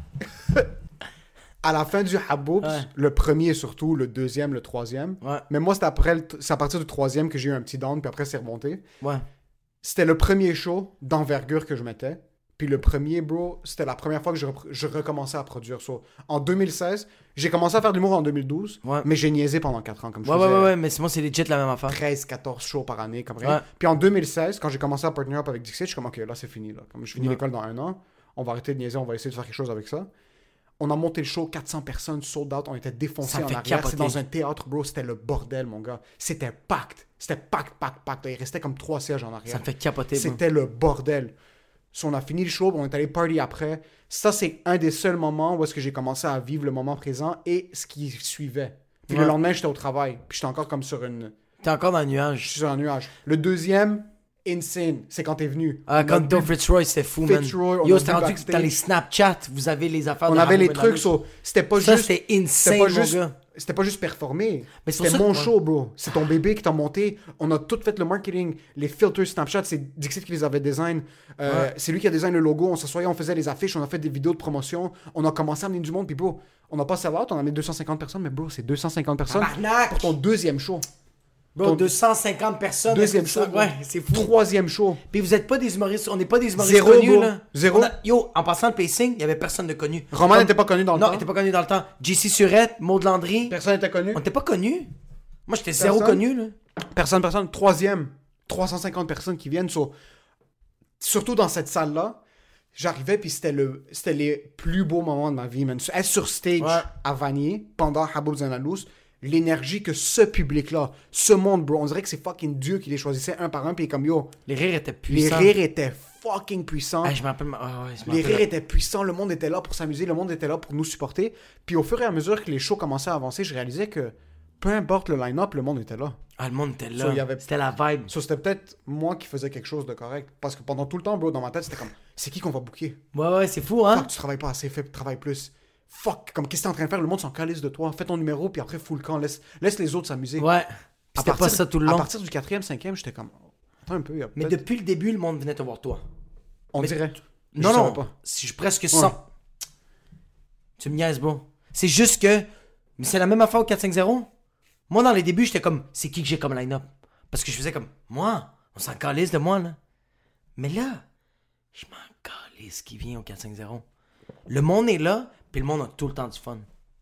À la fin du Haboubs, Ouais. le premier surtout, le deuxième, le troisième. Ouais. Mais moi, c'est après, le- c'est à partir du troisième que j'ai eu un petit down, puis après, c'est remonté. ouais. C'était le premier show d'envergure que je mettais. Puis le premier, bro, c'était la première fois que je, repr- je recommençais à produire. So, en deux mille seize, j'ai commencé à faire de l'humour en deux mille douze, Ouais. mais j'ai niaisé pendant quatre ans, comme je Ouais, ouais, faisais ouais, ouais, mais sinon, c'est legit la même affaire. treize quatorze shows par année, comme rien. Ouais. Puis en deux mille seize, quand j'ai commencé à partner up avec Dixit, je suis comme, OK, là, c'est fini. Là. Comme je finis Ouais. l'école dans un an, on va arrêter de niaiser, on va essayer de faire quelque chose avec ça. On a monté le show, quatre cents personnes, sold out, on était défoncés Ça me en fait arrière. capoter. C'est dans un théâtre, bro, c'était le bordel, mon gars. C'était pacte. C'était pacte, pacte, pacte. Il restait comme trois sièges en arrière. Ça me fait capoter, bro. C'était le bordel. Si on a fini le show, on est allé party après. Ça, c'est un des seuls moments où est-ce que j'ai commencé à vivre le moment présent et ce qui suivait. Puis Ouais. le lendemain, j'étais au travail. Puis j'étais encore comme sur une... T'es encore dans le Je nuage. suis sur un nuage. Le deuxième, insane. C'est quand t'es venu. Ah, On a quand bu- Tom Fitzroy, c'était fou, man. Fitzroy, on Yo, a c'était bu rendu que backstage. dans les Snapchat, vous avez les affaires On de avait Ramon les Benalou. trucs, so, c'était pas Ça, juste... c'était C'était insane, pas mon juste... gars. C'était pas juste performer. Mais c'est pour C'était ça mon que- show, bro. C'est ton bébé qui t'a monté. On a tout fait le marketing. Les filters Snapchat, c'est Dixit qui les avait design. Euh, Ouais. C'est lui qui a design le logo. On s'assoyait, on faisait les affiches, on a fait des vidéos de promotion. On a commencé à amener du monde. Puis, bro, on n'a pas sell out, on a amené deux cent cinquante personnes. Mais, bro, c'est deux cent cinquante personnes Tabarnak! pour ton deuxième show. Bro, ton- deux cent cinquante personnes. Deuxième est-ce que show. ça- Ouais, c'est fou. Troisième show. Puis vous êtes pas des humoristes, on n'est pas des humoristes Zéro, connus, bro. là. Zéro. On a- Yo, en passant le pacing, il y avait personne de connu. Roman Comme- n'était pas connu dans le Non, temps. il était pas connu dans le temps. J C Surette, Maud Landry, Personne n'était connu. on n'était pas connus. Moi, j'étais zéro Personne. connu, là. Personne, personne. Troisième, trois cent cinquante personnes qui viennent. So, surtout dans cette salle-là, j'arrivais puis c'était le, c'était les plus beaux moments de ma vie, man. Être sur stage Ouais. à Vanier pendant Haboubs and Alous, l'énergie que ce public-là, ce monde, bro, on dirait que c'est fucking Dieu qui les choisissait un par un puis il est comme yo, Les rires étaient les puissants. rires étaient fucking puissants. Ah, je me rappelle. Ah, ouais, je me Les rappelle. rires étaient puissants, le monde était là pour s'amuser, le monde était là pour nous supporter. Puis au fur et à mesure que les shows commençaient à avancer, je réalisais que peu importe le line-up, le monde était là. Ah, le monde était là. So, il y avait- C'était la vibe. So, c'était peut-être moi qui faisais quelque chose de correct. Parce que pendant tout le temps, bro, dans ma tête, c'était comme, c'est qui qu'on va booker? Ouais, ouais, c'est fou, hein? Fuck, tu travailles pas assez, fais, travaille plus. Fuck, comme qu'est-ce que t'es en train de faire? Le monde s'en calisse de toi. Fais ton numéro, puis après, fous le camp. Laisse, laisse les autres s'amuser. Ouais. À C'était pas partir- ça tout le À long. partir du quatrième, cinquième, j'étais comme, attends un peu, il y a Mais peut-être- depuis le début, le monde venait te voir toi. On mais- dirait. Je Non, savais non. pas. Si je presque sens. Tu me niaises, bro. C'est juste que. Mais c'est la même affaire au quatre cinq zéro. Moi, dans les débuts, j'étais comme, c'est qui que j'ai comme line-up? Parce que je faisais comme, moi, on s'en calisse de moi, là. Mais là, je m'en calisse qui vient au quatre cinq zéro. Le monde est là, puis le monde a tout le temps du fun.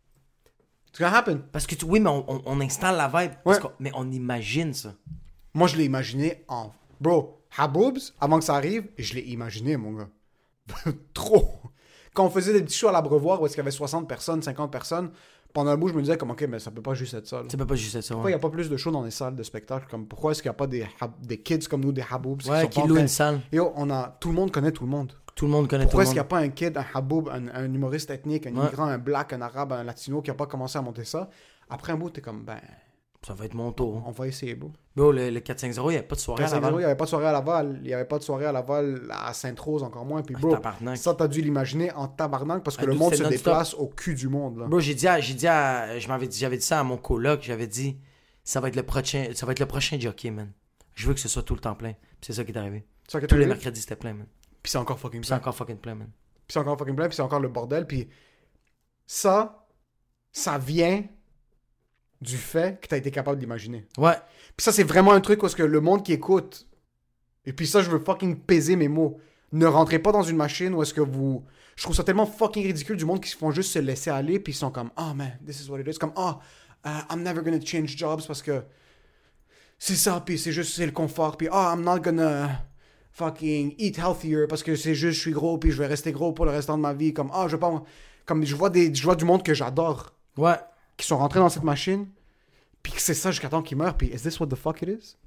It's gonna happen. Parce que, tu, oui, mais on, on, on installe la vibe. parce Ouais. qu'on- mais on imagine ça. Moi, je l'ai imaginé en. Bro, Haboubs, avant que ça arrive, je l'ai imaginé, mon gars. Trop. Quand on faisait des petits shows à l'Abreuvoir où est-ce qu'il y avait soixante personnes, cinquante personnes, pendant un bout, je me disais comme, ok, mais ça peut pas juste être ça. là. Ça peut pas juste être ça, Pourquoi il ouais. n'y a pas plus de shows dans les salles de spectacle? Comme, pourquoi est-ce qu'il n'y a pas des, hab- des kids comme nous, des Haboubs Ouais, sont qui pas en louent train- une salle. Yo, on a... tout le monde connaît tout le monde. Tout le monde connaît Pourquoi tout est-ce le qu'il n'y monde. a pas un kid, un Haboub, un, un humoriste ethnique, un Ouais. immigrant, un black, un arabe, un latino qui n'a pas commencé à monter ça? Après un bout, t'es comme, ben, Ça va être mon tour. on va essayer, bro. Bro, le, le quatre cinq zéro, il n'y avait pas de soirée à quatre cinq zéro, il Laval. n'y avait pas de soirée à Laval, il n'y avait pas de soirée à Laval, à Sainte-Rose encore moins. Puis Ah, bro, tabarnak. ça t'as dû l'imaginer en tabarnak parce que Ah, le nous, monde c'est se non-stop. déplace au cul du monde. Là. Bro, j'ai dit à, j'ai dit à, je m'avais dit, j'avais dit ça à mon coloc, j'avais dit, ça va être le prochain, ça va être le prochain jockey, man. Je veux que ce soit tout le temps plein. Puis c'est ça qui est arrivé. C'est ça qui est Tous les arrivé. mercredis, c'était plein, man. Puis c'est encore fucking Puis c'est plein. encore fucking plein, man. Puis c'est encore fucking plein, puis c'est encore le bordel. Puis ça, ça vient du fait que t'as été capable d'imaginer. Ouais. Puis ça, c'est vraiment un truc parce que le monde qui écoute, et puis ça, je veux fucking peser mes mots, ne rentrez pas dans une machine où est-ce que vous... Je trouve ça tellement fucking ridicule du monde qui se font juste se laisser aller, puis ils sont comme, oh man, this is what it is. Comme, oh, uh, I'm never gonna change jobs parce que c'est ça, puis c'est juste, c'est le confort, puis oh, I'm not gonna fucking eat healthier parce que c'est juste, je suis gros, puis je vais rester gros pour le restant de ma vie. Comme, oh, je veux pas... Comme, je vois, des, je vois du monde que j'adore. Ouais. Qui sont rentrés dans cette machine, puis que c'est ça jusqu'à temps qu'ils meurent, puis is this what the fuck it is?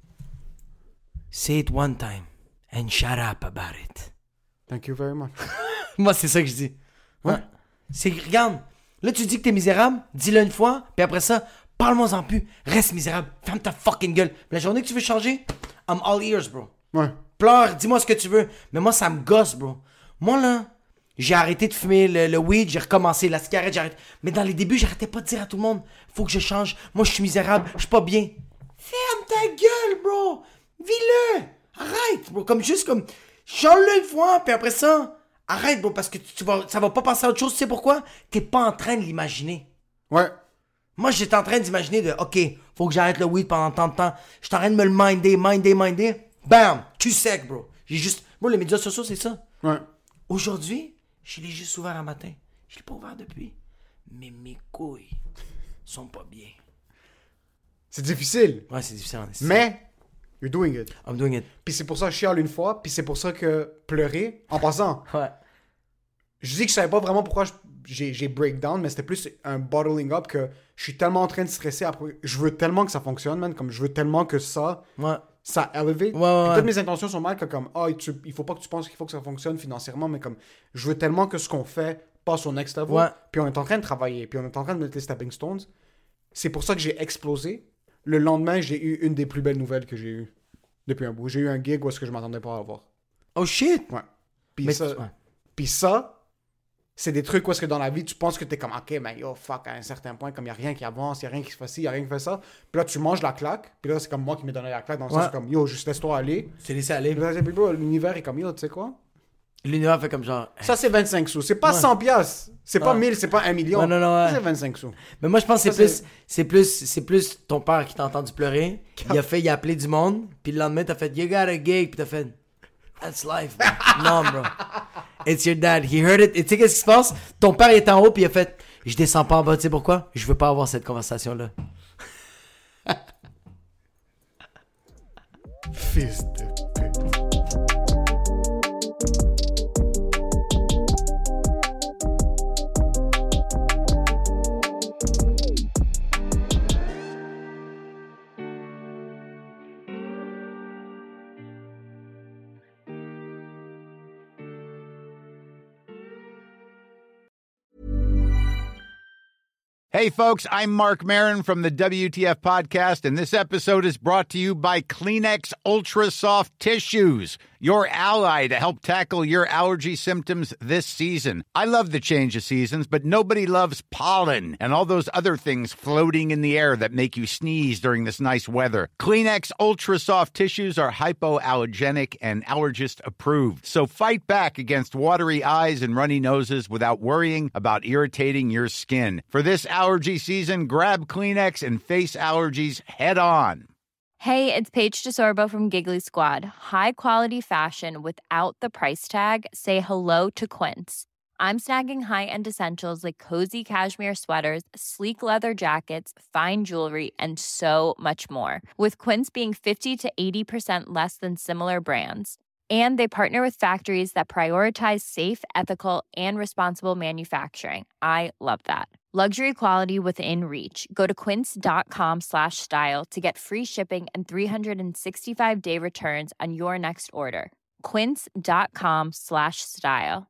Say it one time and shut up about it. Thank you very much. Moi, c'est ça que je dis. Ouais. Ouais. C'est, regarde, là, tu dis que t'es misérable, dis-le une fois, puis après ça, parle-moi-en plus, reste misérable, ferme ta fucking gueule. La journée que tu veux changer, I'm all ears, bro. Ouais. Pleure, dis-moi ce que tu veux. Mais moi, ça me gosse, bro. Moi, là, j'ai arrêté de fumer le, le weed, j'ai recommencé, la cigarette, j'ai arrêté. Mais dans les débuts, j'arrêtais pas de dire à tout le monde, faut que je change. Moi, je suis misérable, je suis pas bien. Ferme ta gueule, bro. Vis-le. Arrête, bro. Comme juste comme, change-le une fois, puis après ça, arrête, bro, parce que tu, tu vas, ça va pas passer à autre chose. Tu sais pourquoi? T'es pas en train de l'imaginer. Ouais. Moi, j'étais en train d'imaginer de, OK, faut que j'arrête le weed pendant tant de temps. J'étais en train de me le minder, minder, minder. Bam! Tu sec, bro. J'ai juste... Bro, les médias sociaux, c'est ça. Ouais. Aujourd'hui, je l'ai juste ouvert un matin. Je l'ai pas ouvert depuis. Mais mes couilles sont pas bien. C'est difficile. Ouais, c'est difficile. C'est Mais, you're doing it. I'm doing it. Puis c'est pour ça que je chiale une fois, puis c'est pour ça que pleurer, en passant, Ouais. je dis que je savais pas vraiment pourquoi je- j'ai, j'ai breakdown, mais c'était plus un bottling up que je suis tellement en train de stresser après. Je veux tellement que ça fonctionne, man. Comme je veux tellement que ça, Ouais. ça elevate. Ouais, ouais, Puis ouais. toutes mes intentions sont mal que comme, ah, tu- il faut pas que tu penses qu'il faut que ça fonctionne financièrement, mais comme, je veux tellement que ce qu'on fait passe au next level. Ouais. Puis on est en train de travailler, puis on est en train de mettre les stepping stones. C'est pour ça que j'ai explosé. Le lendemain, j'ai eu une des plus belles nouvelles que j'ai eues depuis un bout. J'ai eu un gig où est-ce que je m'attendais pas à avoir. Oh shit! Ouais. Puis Mais ça, tu- ouais. puis ça, c'est des trucs où est-ce que dans la vie, tu penses que t'es comme, ok, mais yo, fuck, à un certain point, comme il y a rien qui avance, il y a rien qui se fait ci, il y a rien qui fait ça. Puis là, tu manges la claque, puis là, c'est comme moi qui m'ai donné la claque, dans le Ouais. sens comme, yo, juste laisse-toi aller. C'est laissé aller. Puis là, c'est- puis bro, l'univers est comme, yo, tu sais quoi? L'univers fait comme genre... Ça, c'est vingt-cinq sous. C'est pas Ouais. cent piastres. C'est pas Ouais. mille, c'est pas un million. Ouais, non, non, ouais. Ça, c'est vingt-cinq sous. Mais moi, je pense que Ça, c'est c'est- plus, c'est plus, c'est plus ton père qui t'a entendu pleurer. Il a fait, il a appelé du monde. Puis le lendemain, t'as fait, you got a gig. Puis t'as fait, that's life, bro. Non, bro. It's your dad. He heard it. Et tu sais qu'est-ce qui se passe? Ton père est en haut, puis il a fait, je descends pas en bas. Tu sais pourquoi? Je veux pas avoir cette conversation-là. Fils de pute. Hey, folks, I'm Mark Marin from the W T F Podcast, and this episode is brought to you by Kleenex Ultra Soft Tissues, your ally to help tackle your allergy symptoms this season. I love the change of seasons, but nobody loves pollen and all those other things floating in the air that make you sneeze during this nice weather. Kleenex Ultra Soft Tissues are hypoallergenic and allergist approved, so fight back against watery eyes and runny noses without worrying about irritating your skin. For this allergy season, grab Kleenex and face allergies head on. Hey, it's Paige DeSorbo from Giggly Squad. High quality fashion without the price tag. Say hello to Quince. I'm snagging high-end essentials like cozy cashmere sweaters, sleek leather jackets, fine jewelry, and so much more. With Quince being fifty to eighty percent less than similar brands. And they partner with factories that prioritize safe, ethical, and responsible manufacturing. I love that. Luxury quality within reach. Go to quince.com slash style to get free shipping and three sixty-five day returns on your next order. Quince.com slash style.